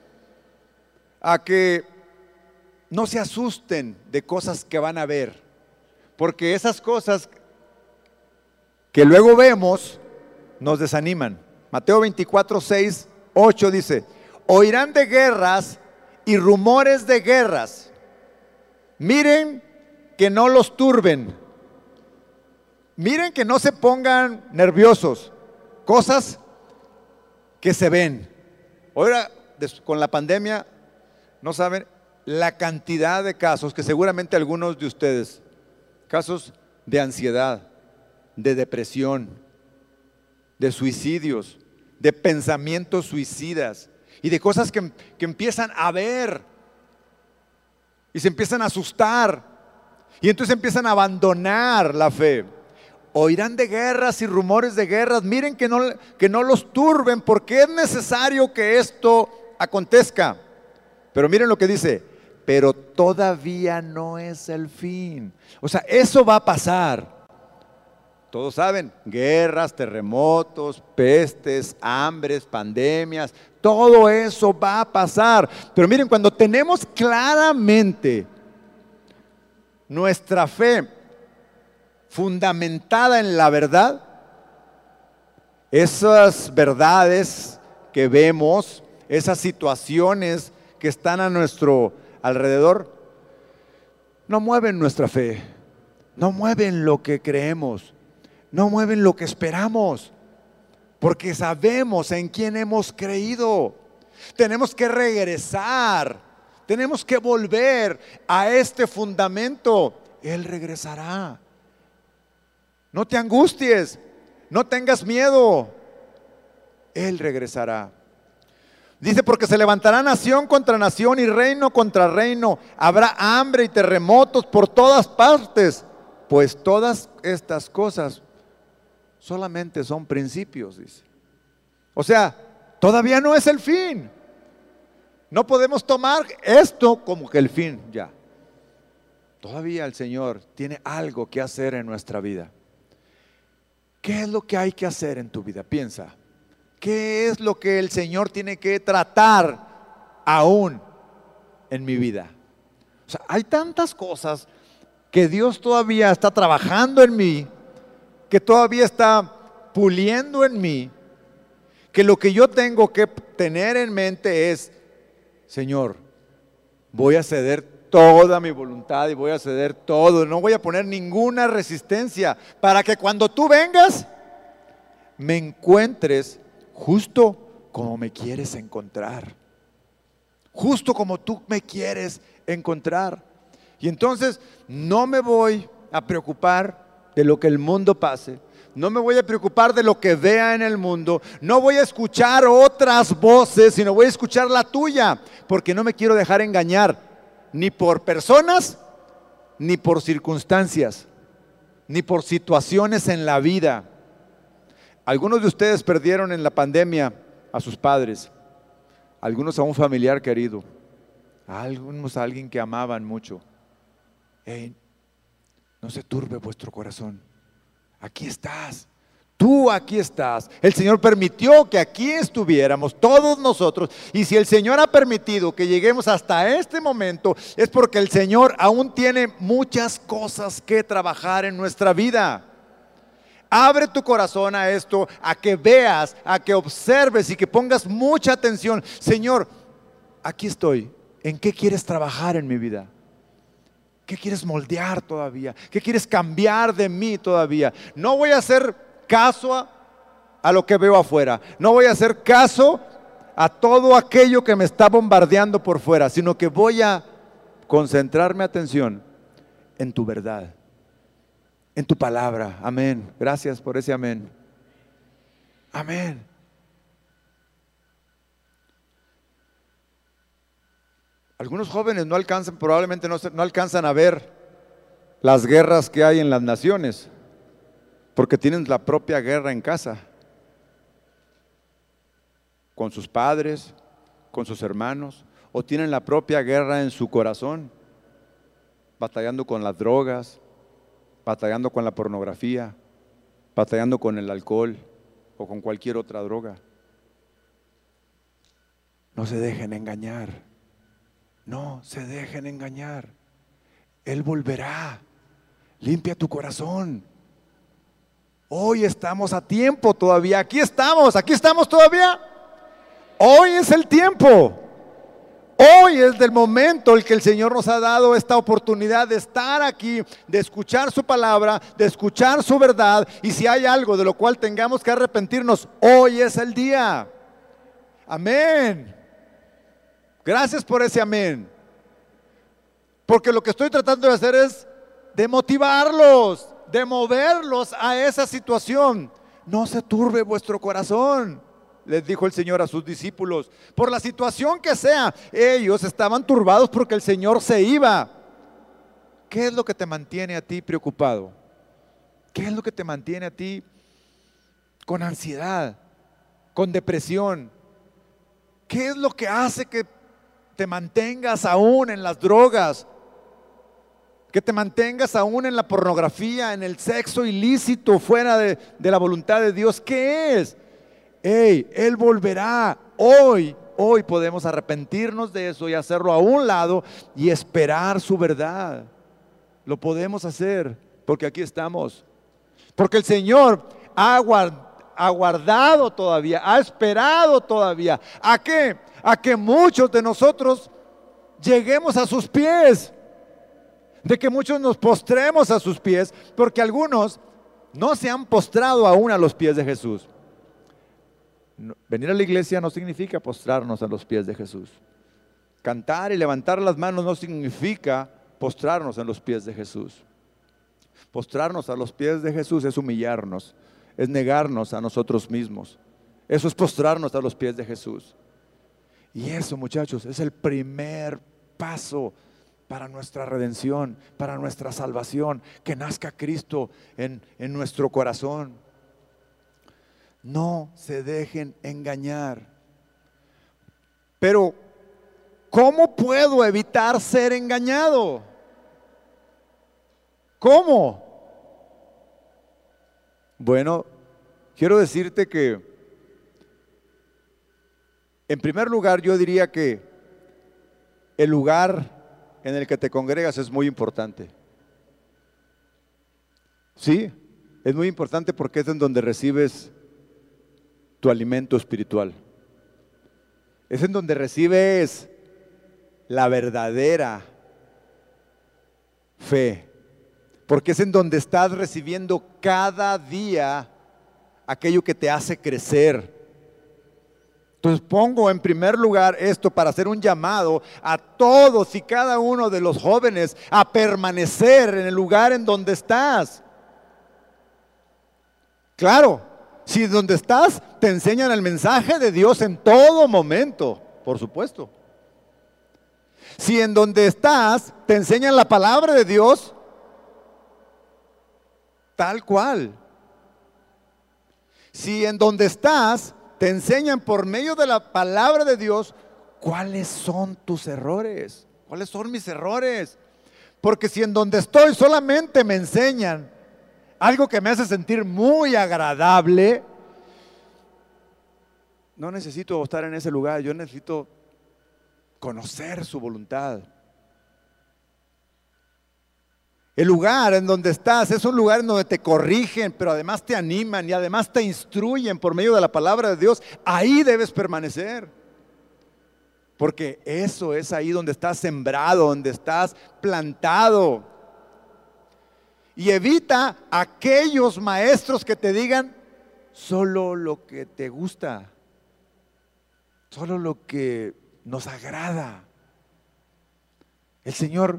a que no se asusten de cosas que van a ver, porque esas cosas que luego vemos nos desaniman. Mateo veinticuatro, seis, ocho dice: oirán de guerras y rumores de guerras. Miren que no los turben. Miren que no se pongan nerviosos. Cosas que se ven. Ahora, con la pandemia, no saben la cantidad de casos que seguramente algunos de ustedes, casos de ansiedad, de depresión, de suicidios, de pensamientos suicidas y de cosas que, que empiezan a ver y se empiezan a asustar y entonces empiezan a abandonar la fe. Oirán de guerras y rumores de guerras. Miren que no, que no los turben, porque es necesario que esto acontezca. Pero miren lo que dice: pero todavía no es el fin. O sea, eso va a pasar. Todos saben, guerras, terremotos, pestes, hambres, pandemias, todo eso va a pasar. Pero miren, cuando tenemos claramente nuestra fe fundamentada en la verdad, esas verdades que vemos, esas situaciones que están a nuestro alrededor, no mueven nuestra fe, no mueven lo que creemos, no mueven lo que esperamos, porque sabemos en quién hemos creído. Tenemos que regresar, tenemos que volver a este fundamento. Él regresará. No te angusties, no tengas miedo, Él regresará. Dice: porque se levantará nación contra nación y reino contra reino. Habrá hambre y terremotos por todas partes, pues todas estas cosas solamente son principios, dice. O sea, todavía no es el fin. No podemos tomar esto como que el fin ya. Todavía el Señor tiene algo que hacer en nuestra vida. ¿Qué es lo que hay que hacer en tu vida? Piensa. ¿Qué es lo que el Señor tiene que tratar aún en mi vida? O sea, hay tantas cosas que Dios todavía está trabajando en mí, que todavía está puliendo en mí, que lo que yo tengo que tener en mente es: Señor, voy a ceder toda mi voluntad y voy a ceder todo, no voy a poner ninguna resistencia, para que cuando tú vengas me encuentres justo como me quieres encontrar, justo como tú me quieres encontrar. Y entonces no me voy a preocupar de lo que el mundo pase, no me voy a preocupar de lo que vea en el mundo, no voy a escuchar otras voces, sino voy a escuchar la tuya, porque no me quiero dejar engañar ni por personas, ni por circunstancias, ni por situaciones en la vida. Algunos de ustedes perdieron en la pandemia a sus padres, algunos a un familiar querido, a algunos a alguien que amaban mucho. Hey, no se turbe vuestro corazón. aquí estás. Tú aquí estás. El Señor permitió que aquí estuviéramos todos nosotros. Y si el Señor ha permitido que lleguemos hasta este momento, es porque el Señor aún tiene muchas cosas que trabajar en nuestra vida. Abre tu corazón a esto, a que veas, a que observes y que pongas mucha atención. Señor, aquí estoy. ¿En qué quieres trabajar en mi vida? ¿Qué quieres moldear todavía? ¿Qué quieres cambiar de mí todavía? No voy a hacer caso a, a lo que veo afuera. No voy a hacer caso a todo aquello que me está bombardeando por fuera, sino que voy a concentrar mi atención en tu verdad, en tu palabra. Amén. Gracias por ese amén. Amén. Algunos jóvenes no alcanzan, probablemente no, no alcanzan a ver las guerras que hay en las naciones, porque tienen la propia guerra en casa, con sus padres, con sus hermanos, o tienen la propia guerra en su corazón, batallando con las drogas, batallando con la pornografía, batallando con el alcohol o con cualquier otra droga. No se dejen engañar, no se dejen engañar. Él volverá. Limpia tu corazón. Hoy estamos a tiempo todavía. Aquí estamos, aquí estamos todavía. Hoy es el tiempo. Hoy es del momento el que el Señor nos ha dado esta oportunidad de estar aquí, de escuchar su palabra, de escuchar su verdad. Y si hay algo de lo cual tengamos que arrepentirnos, hoy es el día. Amén. Gracias por ese amén. Porque lo que estoy tratando de hacer es de motivarlos, de moverlos a esa situación. No se turbe vuestro corazón, les dijo el Señor a sus discípulos. Por la situación que sea, ellos estaban turbados porque el Señor se iba. ¿Qué es lo que te mantiene a ti preocupado? ¿Qué es lo que te mantiene a ti con ansiedad, con depresión? ¿Qué es lo que hace que te mantengas aún en las drogas? Que te mantengas aún en la pornografía, en el sexo ilícito, fuera de, de la voluntad de Dios. ¿Qué es? Hey, Él volverá. Hoy, hoy podemos arrepentirnos de eso y hacerlo a un lado y esperar su verdad. Lo podemos hacer porque aquí estamos. Porque el Señor ha aguardado todavía, ha esperado todavía. ¿A qué? A que muchos de nosotros lleguemos a sus pies. De que muchos nos postremos a sus pies, porque algunos no se han postrado aún a los pies de Jesús. No, venir a la iglesia no significa postrarnos a los pies de Jesús. Cantar y levantar las manos no significa postrarnos en los pies de Jesús. Postrarnos a los pies de Jesús es humillarnos, es negarnos a nosotros mismos. Eso es postrarnos a los pies de Jesús. Y eso, muchachos, es el primer paso para nuestra redención, para nuestra salvación, que nazca Cristo en, en nuestro corazón. No se dejen engañar. Pero, ¿cómo puedo evitar ser engañado? ¿Cómo? Bueno, quiero decirte que, en primer lugar, yo diría que el lugar en el que te congregas es muy importante. Sí, es muy importante porque es en donde recibes tu alimento espiritual. Es en donde recibes la verdadera fe. Porque es en donde estás recibiendo cada día aquello que te hace crecer. Entonces pongo en primer lugar esto para hacer un llamado a todos y cada uno de los jóvenes a permanecer en el lugar en donde estás. Claro, si donde estás te enseñan el mensaje de Dios en todo momento, por supuesto. Si en donde estás te enseñan la palabra de Dios, tal cual. Si en donde estás te enseñan por medio de la palabra de Dios cuáles son tus errores, cuáles son mis errores. Porque si en donde estoy solamente me enseñan algo que me hace sentir muy agradable, no necesito estar en ese lugar, yo necesito conocer su voluntad. El lugar en donde estás es un lugar en donde te corrigen, pero además te animan y además te instruyen por medio de la palabra de Dios. Ahí debes permanecer, porque eso es ahí donde estás sembrado, donde estás plantado. Y evita aquellos maestros que te digan solo lo que te gusta, solo lo que nos agrada. El Señor,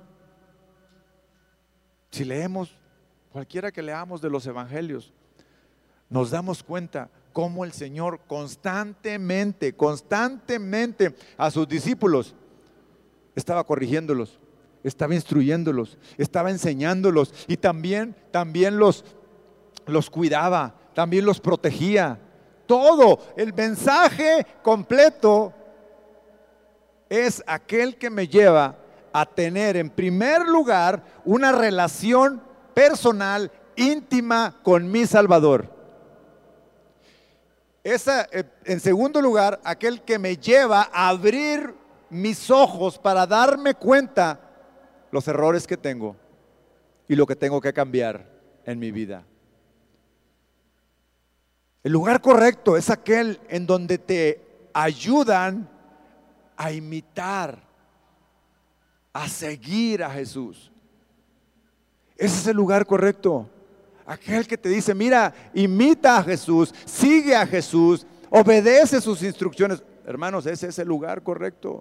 si leemos, cualquiera que leamos de los evangelios, nos damos cuenta cómo el Señor constantemente, constantemente a sus discípulos estaba corrigiéndolos, estaba instruyéndolos, estaba enseñándolos y también, también los, los cuidaba, también los protegía. Todo el mensaje completo es aquel que me lleva a tener en primer lugar una relación personal, íntima con mi Salvador. Esa, en segundo lugar, aquel que me lleva a abrir mis ojos para darme cuenta los errores que tengo y lo que tengo que cambiar en mi vida. El lugar correcto es aquel en donde te ayudan a imitar, a seguir a Jesús. Ese es el lugar correcto. Aquel que te dice, mira, imita a Jesús, sigue a Jesús, obedece sus instrucciones. Hermanos, ese es el lugar correcto.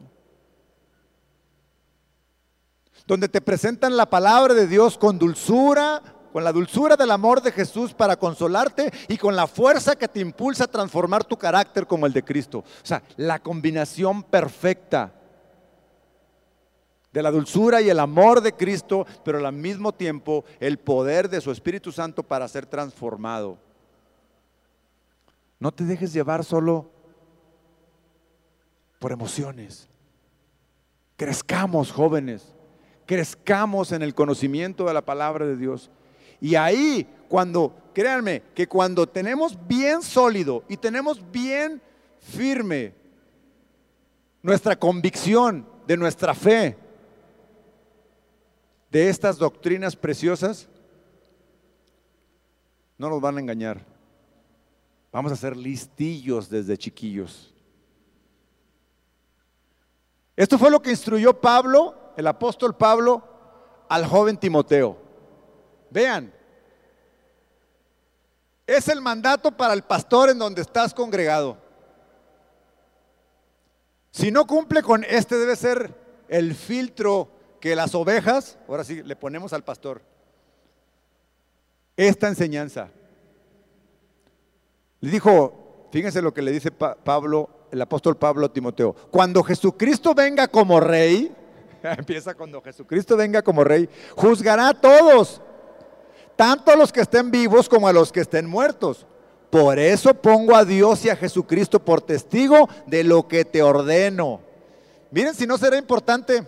Donde te presentan la palabra de Dios con dulzura, con la dulzura del amor de Jesús para consolarte y con la fuerza que te impulsa a transformar tu carácter como el de Cristo. O sea, la combinación perfecta de la dulzura y el amor de Cristo, pero al mismo tiempo el poder de su Espíritu Santo para ser transformado. No te dejes llevar solo por emociones. Crezcamos, jóvenes, crezcamos en el conocimiento de la palabra de Dios. Y ahí, cuando, créanme, que cuando tenemos bien sólido y tenemos bien firme nuestra convicción de nuestra fe, de estas doctrinas preciosas, no nos van a engañar. Vamos a ser listillos desde chiquillos. Esto fue lo que instruyó Pablo, el apóstol Pablo, al joven Timoteo. Vean, es el mandato para el pastor en donde estás congregado. Si no cumple con este, debe ser el filtro que las ovejas, ahora sí, le ponemos al pastor. Esta enseñanza. Le dijo, fíjense lo que le dice Pablo, el apóstol Pablo a Timoteo. Cuando Jesucristo venga como rey, empieza cuando Jesucristo venga como rey, juzgará a todos, tanto a los que estén vivos como a los que estén muertos. Por eso pongo a Dios y a Jesucristo por testigo de lo que te ordeno. Miren, si no será importante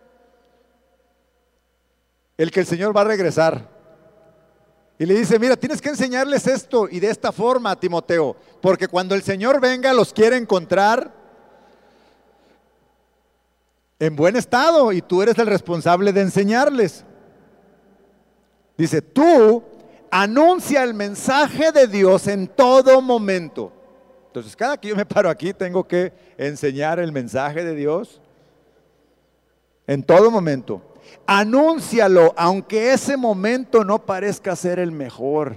el que el Señor va a regresar. Y le dice, mira, tienes que enseñarles esto y de esta forma a Timoteo, porque cuando el Señor venga los quiere encontrar en buen estado y tú eres el responsable de enseñarles. Dice, tú anuncia el mensaje de Dios en todo momento. Entonces, cada que yo me paro aquí tengo que enseñar el mensaje de Dios en todo momento. Anúncialo, aunque ese momento no parezca ser el mejor.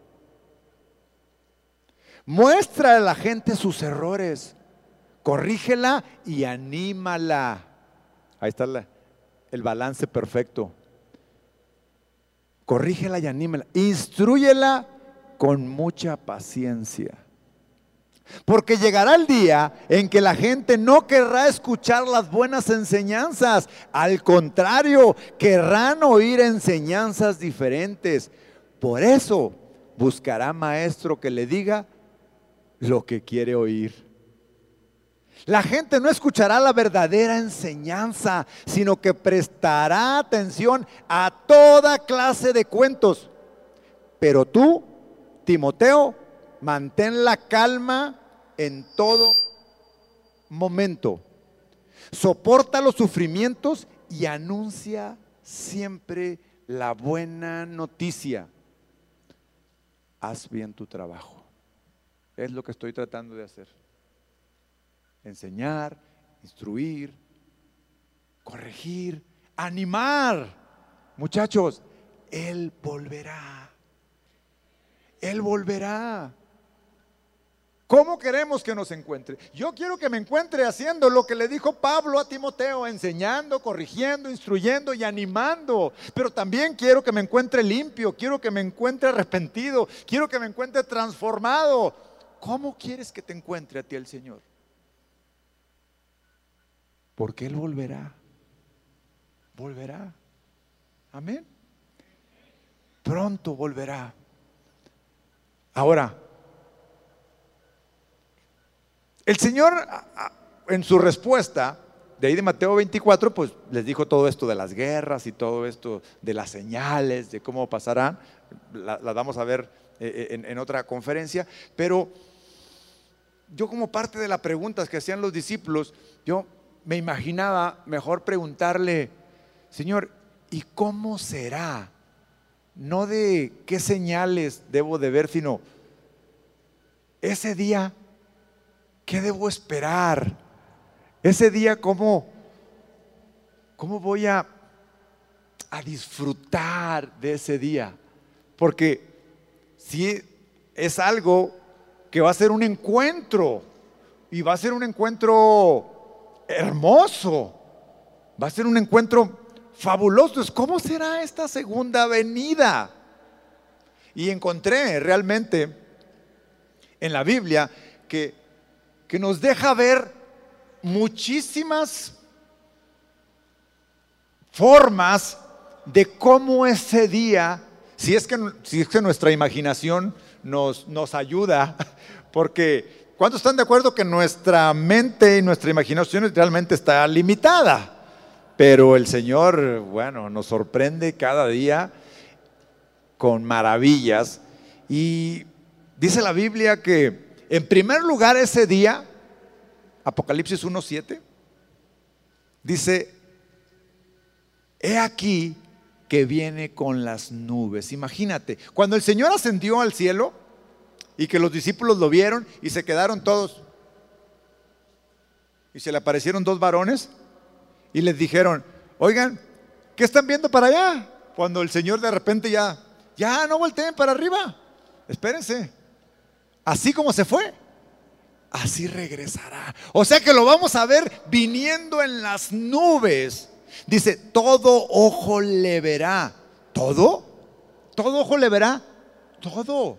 Muestra a la gente sus errores, corrígela y anímala. Ahí está la, el balance perfecto. Corrígela y anímala. Instrúyela con mucha paciencia. Porque llegará el día en que la gente no querrá escuchar las buenas enseñanzas. Al contrario, querrán oír enseñanzas diferentes. Por eso buscará maestro que le diga lo que quiere oír. La gente no escuchará la verdadera enseñanza, sino que prestará atención a toda clase de cuentos. Pero tú, Timoteo, mantén la calma en todo momento. Soporta los sufrimientos y anuncia siempre la buena noticia. Haz bien tu trabajo. Es lo que estoy tratando de hacer. Enseñar, instruir, corregir, animar. Muchachos, Él volverá. Él volverá. ¿Cómo queremos que nos encuentre? Yo quiero que me encuentre haciendo lo que le dijo Pablo a Timoteo, enseñando, corrigiendo, instruyendo y animando. Pero también quiero que me encuentre limpio, quiero que me encuentre arrepentido, quiero que me encuentre transformado. ¿Cómo quieres que te encuentre a ti el Señor? Porque Él volverá. Volverá. Amén. Pronto volverá. Ahora, el Señor en su respuesta, de ahí de Mateo veinticuatro, pues les dijo todo esto de las guerras y todo esto de las señales, de cómo pasarán. Las la vamos a ver en, en otra conferencia. Pero yo, como parte de las preguntas que hacían los discípulos, yo me imaginaba mejor preguntarle: Señor, ¿y cómo será? No de qué señales debo de ver, sino ese día, ¿qué debo esperar? Ese día, ¿cómo, cómo voy a, a disfrutar de ese día? Porque si es algo que va a ser un encuentro, y va a ser un encuentro hermoso, va a ser un encuentro fabuloso. ¿Cómo será esta segunda venida? Y encontré realmente en la Biblia que, que nos deja ver muchísimas formas de cómo ese día, si es que, si es que nuestra imaginación nos, nos ayuda, porque ¿cuántos están de acuerdo que nuestra mente y nuestra imaginación realmente está limitada? Pero el Señor, bueno, nos sorprende cada día con maravillas. Y dice la Biblia que en primer lugar ese día, Apocalipsis uno siete, dice: he aquí que viene con las nubes. Imagínate, cuando el Señor ascendió al cielo y que los discípulos lo vieron y se quedaron todos, y se le aparecieron dos varones y les dijeron: oigan, ¿qué están viendo para allá? Cuando el Señor de repente ya, ya no volteen para arriba, espérense, así como se fue, así regresará. O sea que lo vamos a ver viniendo en las nubes. Dice: todo ojo le verá. ¿Todo? ¿Todo ojo le verá? Todo.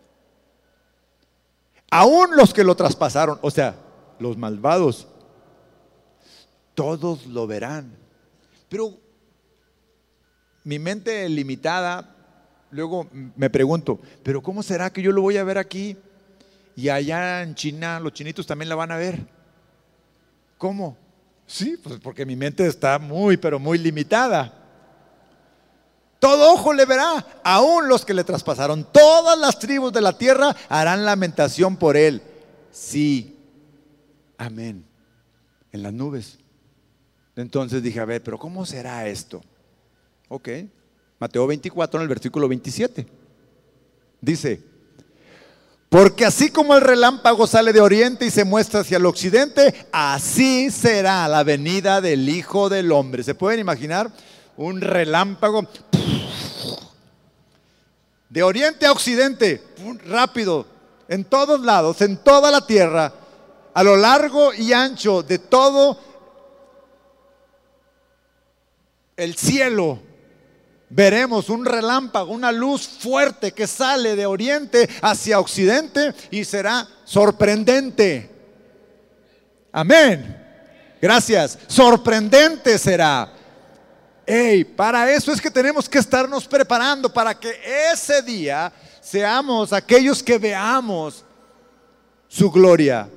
Aún los que lo traspasaron, o sea, los malvados, todos lo verán. Pero mi mente limitada, luego me pregunto: ¿pero cómo será que yo lo voy a ver aquí y allá en China los chinitos también la van a ver? ¿Cómo? Sí, pues porque mi mente está muy, pero muy limitada. Todo ojo le verá, aún los que le traspasaron. Todas las tribus de la tierra harán lamentación por él. Sí, amén. En las nubes. Entonces dije: a ver, pero ¿cómo será esto? Ok, Mateo veinticuatro, en el versículo veintisiete, dice: porque así como el relámpago sale de oriente y se muestra hacia el occidente, así será la venida del Hijo del Hombre. ¿Se pueden imaginar un relámpago de oriente a occidente, rápido, en todos lados, en toda la tierra, a lo largo y ancho de todo el cielo? Veremos un relámpago, una luz fuerte que sale de oriente hacia occidente y será sorprendente. Amén. Gracias. Sorprendente será. Hey, para eso es que tenemos que estarnos preparando, para que ese día seamos aquellos que veamos su gloria.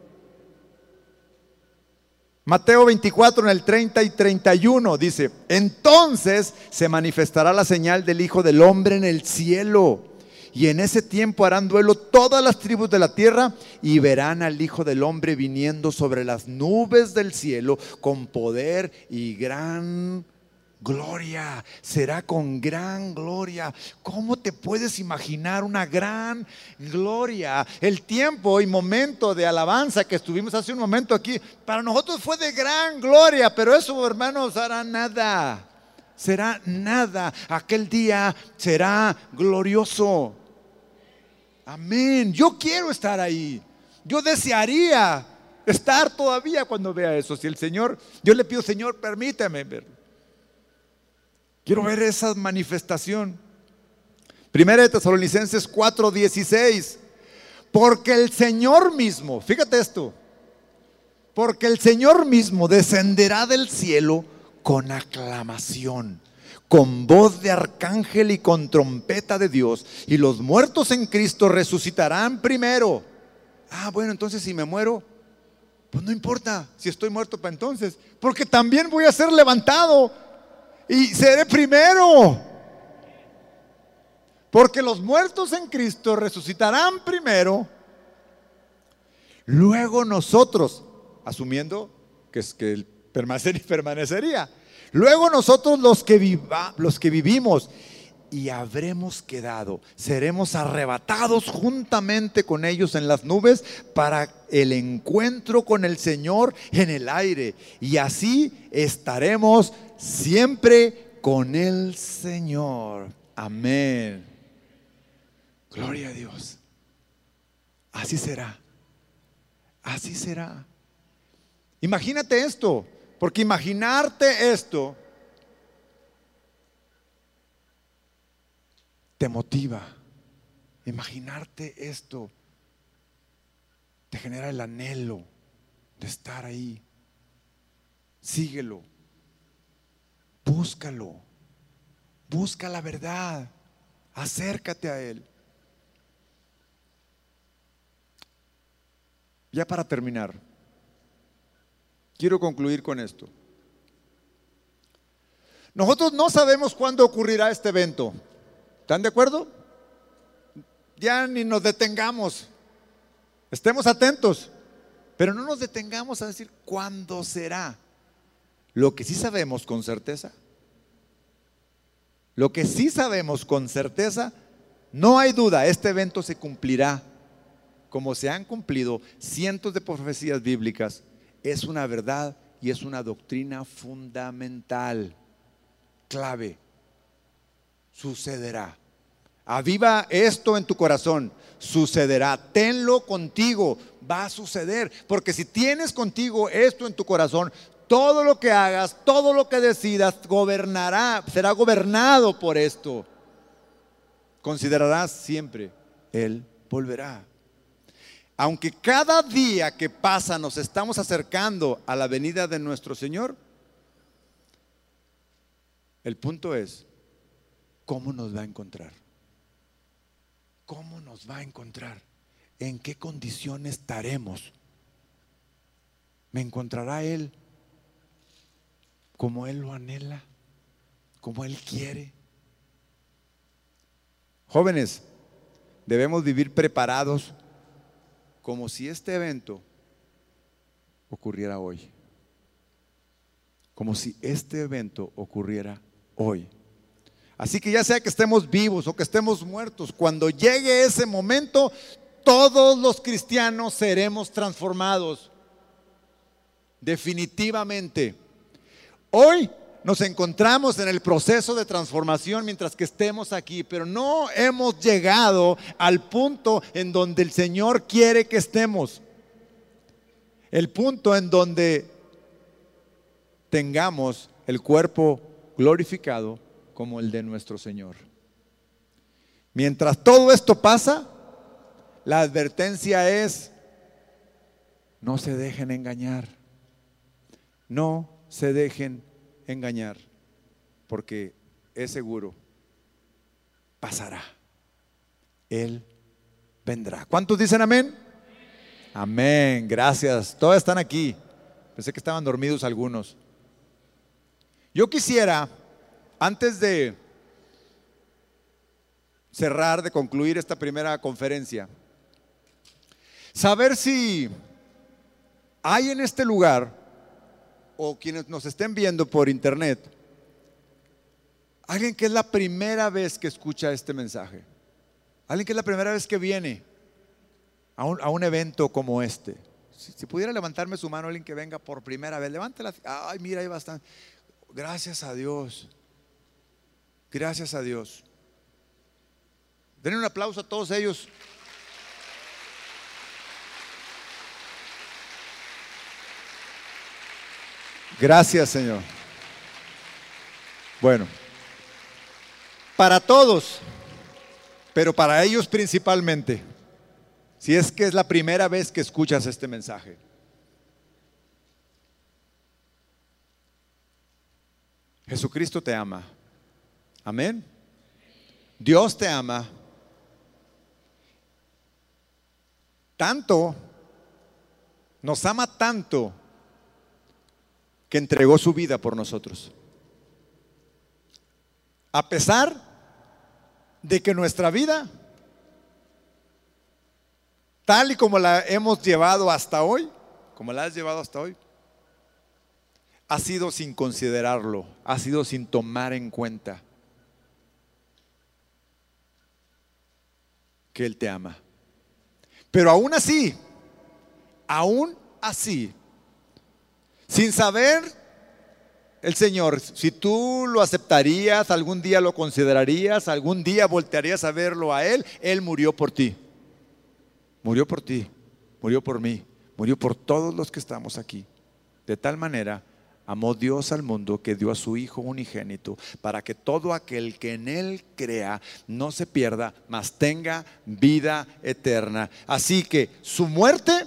Mateo veinticuatro, en el treinta y treinta y uno, dice: entonces se manifestará la señal del Hijo del Hombre en el cielo, y en ese tiempo harán duelo todas las tribus de la tierra y verán al Hijo del Hombre viniendo sobre las nubes del cielo con poder y gran gloria. Será con gran gloria. ¿Cómo te puedes imaginar una gran gloria? El tiempo y momento de alabanza que estuvimos hace un momento aquí, para nosotros fue de gran gloria, pero eso, hermanos, hará nada. Será nada. Aquel día será glorioso. Amén. Yo quiero estar ahí. Yo desearía estar todavía cuando vea eso. Si el Señor, yo le pido, Señor, permítame verlo. Quiero ver esa manifestación. Primera de Tesalonicenses cuatro dieciséis. Porque el Señor mismo, fíjate esto, porque el Señor mismo descenderá del cielo con aclamación, con voz de arcángel y con trompeta de Dios, y los muertos en Cristo resucitarán primero. Ah, bueno, entonces si me muero, pues no importa si estoy muerto para entonces, porque también voy a ser levantado y seré primero. Porque los muertos en Cristo resucitarán primero, luego nosotros, asumiendo que es que el permanecería. Luego nosotros los que, viva, los que vivimos y habremos quedado, seremos arrebatados juntamente con ellos en las nubes para el encuentro con el Señor en el aire. Y así estaremos siempre con el Señor. Amén. Gloria a Dios. Así será. Así será. Imagínate esto. Porque imaginarte esto te motiva. Imaginarte esto te genera el anhelo de estar ahí. Síguelo. Búscalo. Busca la verdad. Acércate a Él. Ya para terminar, quiero concluir con esto. Nosotros no sabemos cuándo ocurrirá este evento. ¿Están de acuerdo? Ya ni nos detengamos. Estemos atentos, pero no nos detengamos a decir cuándo será. Lo que sí sabemos con certeza, lo que sí sabemos con certeza, no hay duda, este evento se cumplirá como se han cumplido cientos de profecías bíblicas. Es una verdad y es una doctrina fundamental, clave. Sucederá. Aviva esto en tu corazón. Sucederá. Tenlo contigo. Va a suceder. Porque si tienes contigo esto en tu corazón, todo lo que hagas, todo lo que decidas, gobernará, será gobernado por esto. Considerarás siempre, Él volverá. Aunque cada día que pasa nos estamos acercando a la venida de nuestro Señor, el punto es, ¿cómo nos va a encontrar? ¿Cómo nos va a encontrar? ¿En qué condición estaremos? ¿Me encontrará Él como Él lo anhela? ¿Como Él quiere? Jóvenes, debemos vivir preparados como si este evento ocurriera hoy. Como si este evento ocurriera hoy. Así que ya sea que estemos vivos o que estemos muertos, cuando llegue ese momento, todos los cristianos seremos transformados. Definitivamente. Hoy nos encontramos en el proceso de transformación mientras que estemos aquí, pero no hemos llegado al punto en donde el Señor quiere que estemos. El punto en donde tengamos el cuerpo glorificado como el de nuestro Señor. Mientras todo esto pasa, la advertencia es: no se dejen engañar. No se dejen engañar, porque es seguro, pasará. Él vendrá. ¿Cuántos dicen amén? Amén, gracias. Todos están aquí. Pensé que estaban dormidos algunos. Yo quisiera, antes de cerrar, de concluir esta primera conferencia, saber si hay en este lugar, o quienes nos estén viendo por internet, alguien que es la primera vez que escucha este mensaje, alguien que es la primera vez que viene a un, a un evento como este. Si, si pudiera levantarme su mano alguien que venga por primera vez, levántela. Ay, mira, hay bastante. Gracias a Dios. Gracias a Dios. Denle un aplauso a todos ellos. Gracias, Señor. Bueno, para todos, pero para ellos principalmente, si es que es la primera vez que escuchas este mensaje, Jesucristo te ama. Amén. Dios te ama tanto, nos ama tanto, que entregó su vida por nosotros. A pesar de que nuestra vida, tal y como la hemos llevado hasta hoy, como la has llevado hasta hoy, ha sido sin considerarlo, ha sido sin tomar en cuenta que Él te ama. Pero aún así, aún así, sin saber el Señor si tú lo aceptarías, algún día lo considerarías, algún día voltearías a verlo a Él, Él murió por ti. Murió por ti, murió por mí, murió por todos los que estamos aquí. De tal manera amó Dios al mundo que dio a su Hijo unigénito, para que todo aquel que en Él crea no se pierda, mas tenga vida eterna. Así que su muerte,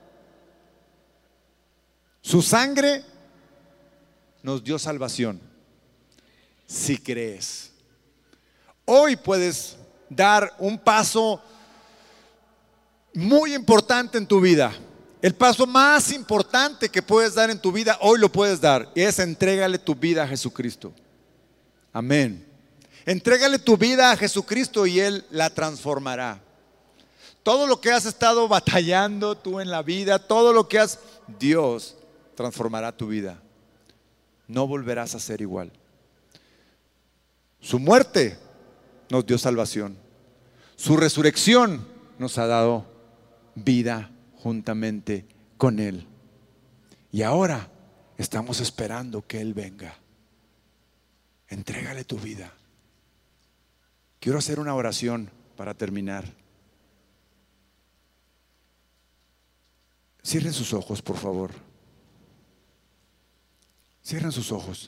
su sangre nos dio salvación, si crees. Hoy puedes dar un paso muy importante en tu vida. El paso más importante que puedes dar en tu vida, hoy lo puedes dar, y es entrégale tu vida a Jesucristo. Amén. Entrégale tu vida a Jesucristo y Él la transformará. Todo lo que has estado batallando tú en la vida, todo lo que has, Dios transformará tu vida. No volverás a ser igual. Su muerte nos dio salvación. Su resurrección nos ha dado vida juntamente con Él. Y ahora estamos esperando que Él venga. Entrégale tu vida. Quiero hacer una oración para terminar. Cierren sus ojos, por favor. Cierren sus ojos.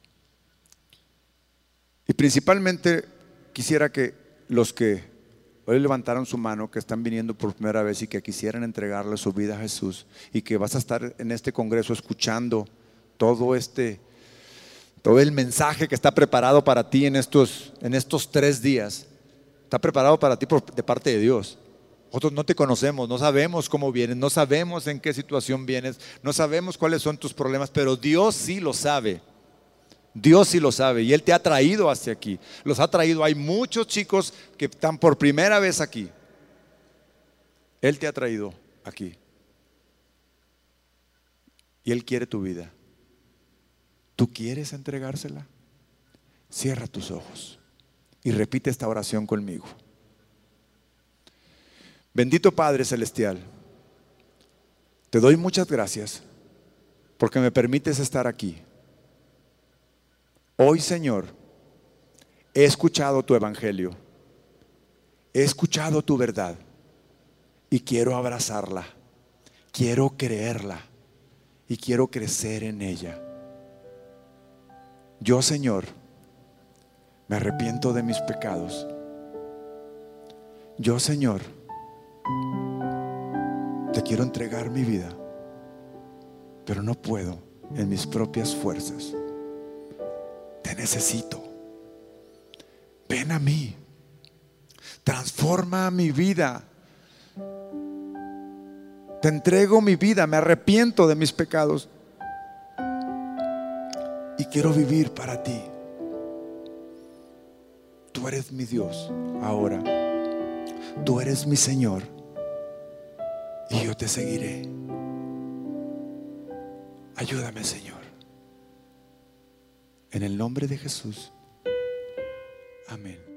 Y principalmente quisiera que los que hoy levantaron su mano, que están viniendo por primera vez y que quisieran entregarle su vida a Jesús, y que vas a estar en este congreso escuchando todo este, todo el mensaje que está preparado para ti en estos, en estos tres días, está preparado para ti por, de parte de Dios. Nosotros no te conocemos, no sabemos cómo vienes, no sabemos en qué situación vienes, no sabemos cuáles son tus problemas, pero Dios sí lo sabe. Dios sí lo sabe y Él te ha traído hacia aquí. Los ha traído. Hay muchos chicos que están por primera vez aquí. Él te ha traído aquí. Y Él quiere tu vida. ¿Tú quieres entregársela? Cierra tus ojos y repite esta oración conmigo. Bendito Padre Celestial, te doy muchas gracias porque me permites estar aquí. Hoy, Señor, he escuchado tu evangelio, he escuchado tu verdad y quiero abrazarla, quiero creerla y quiero crecer en ella. Yo, Señor, me arrepiento de mis pecados. Yo, Señor, te quiero entregar mi vida, pero no puedo en mis propias fuerzas. Te necesito. Ven a mí. Transforma mi vida. Te entrego mi vida. Me arrepiento de mis pecados y quiero vivir para ti. tú eres mi Dios ahora, tú eres mi Señor y yo te seguiré. Ayúdame, Señor, en el nombre de Jesús. Amén.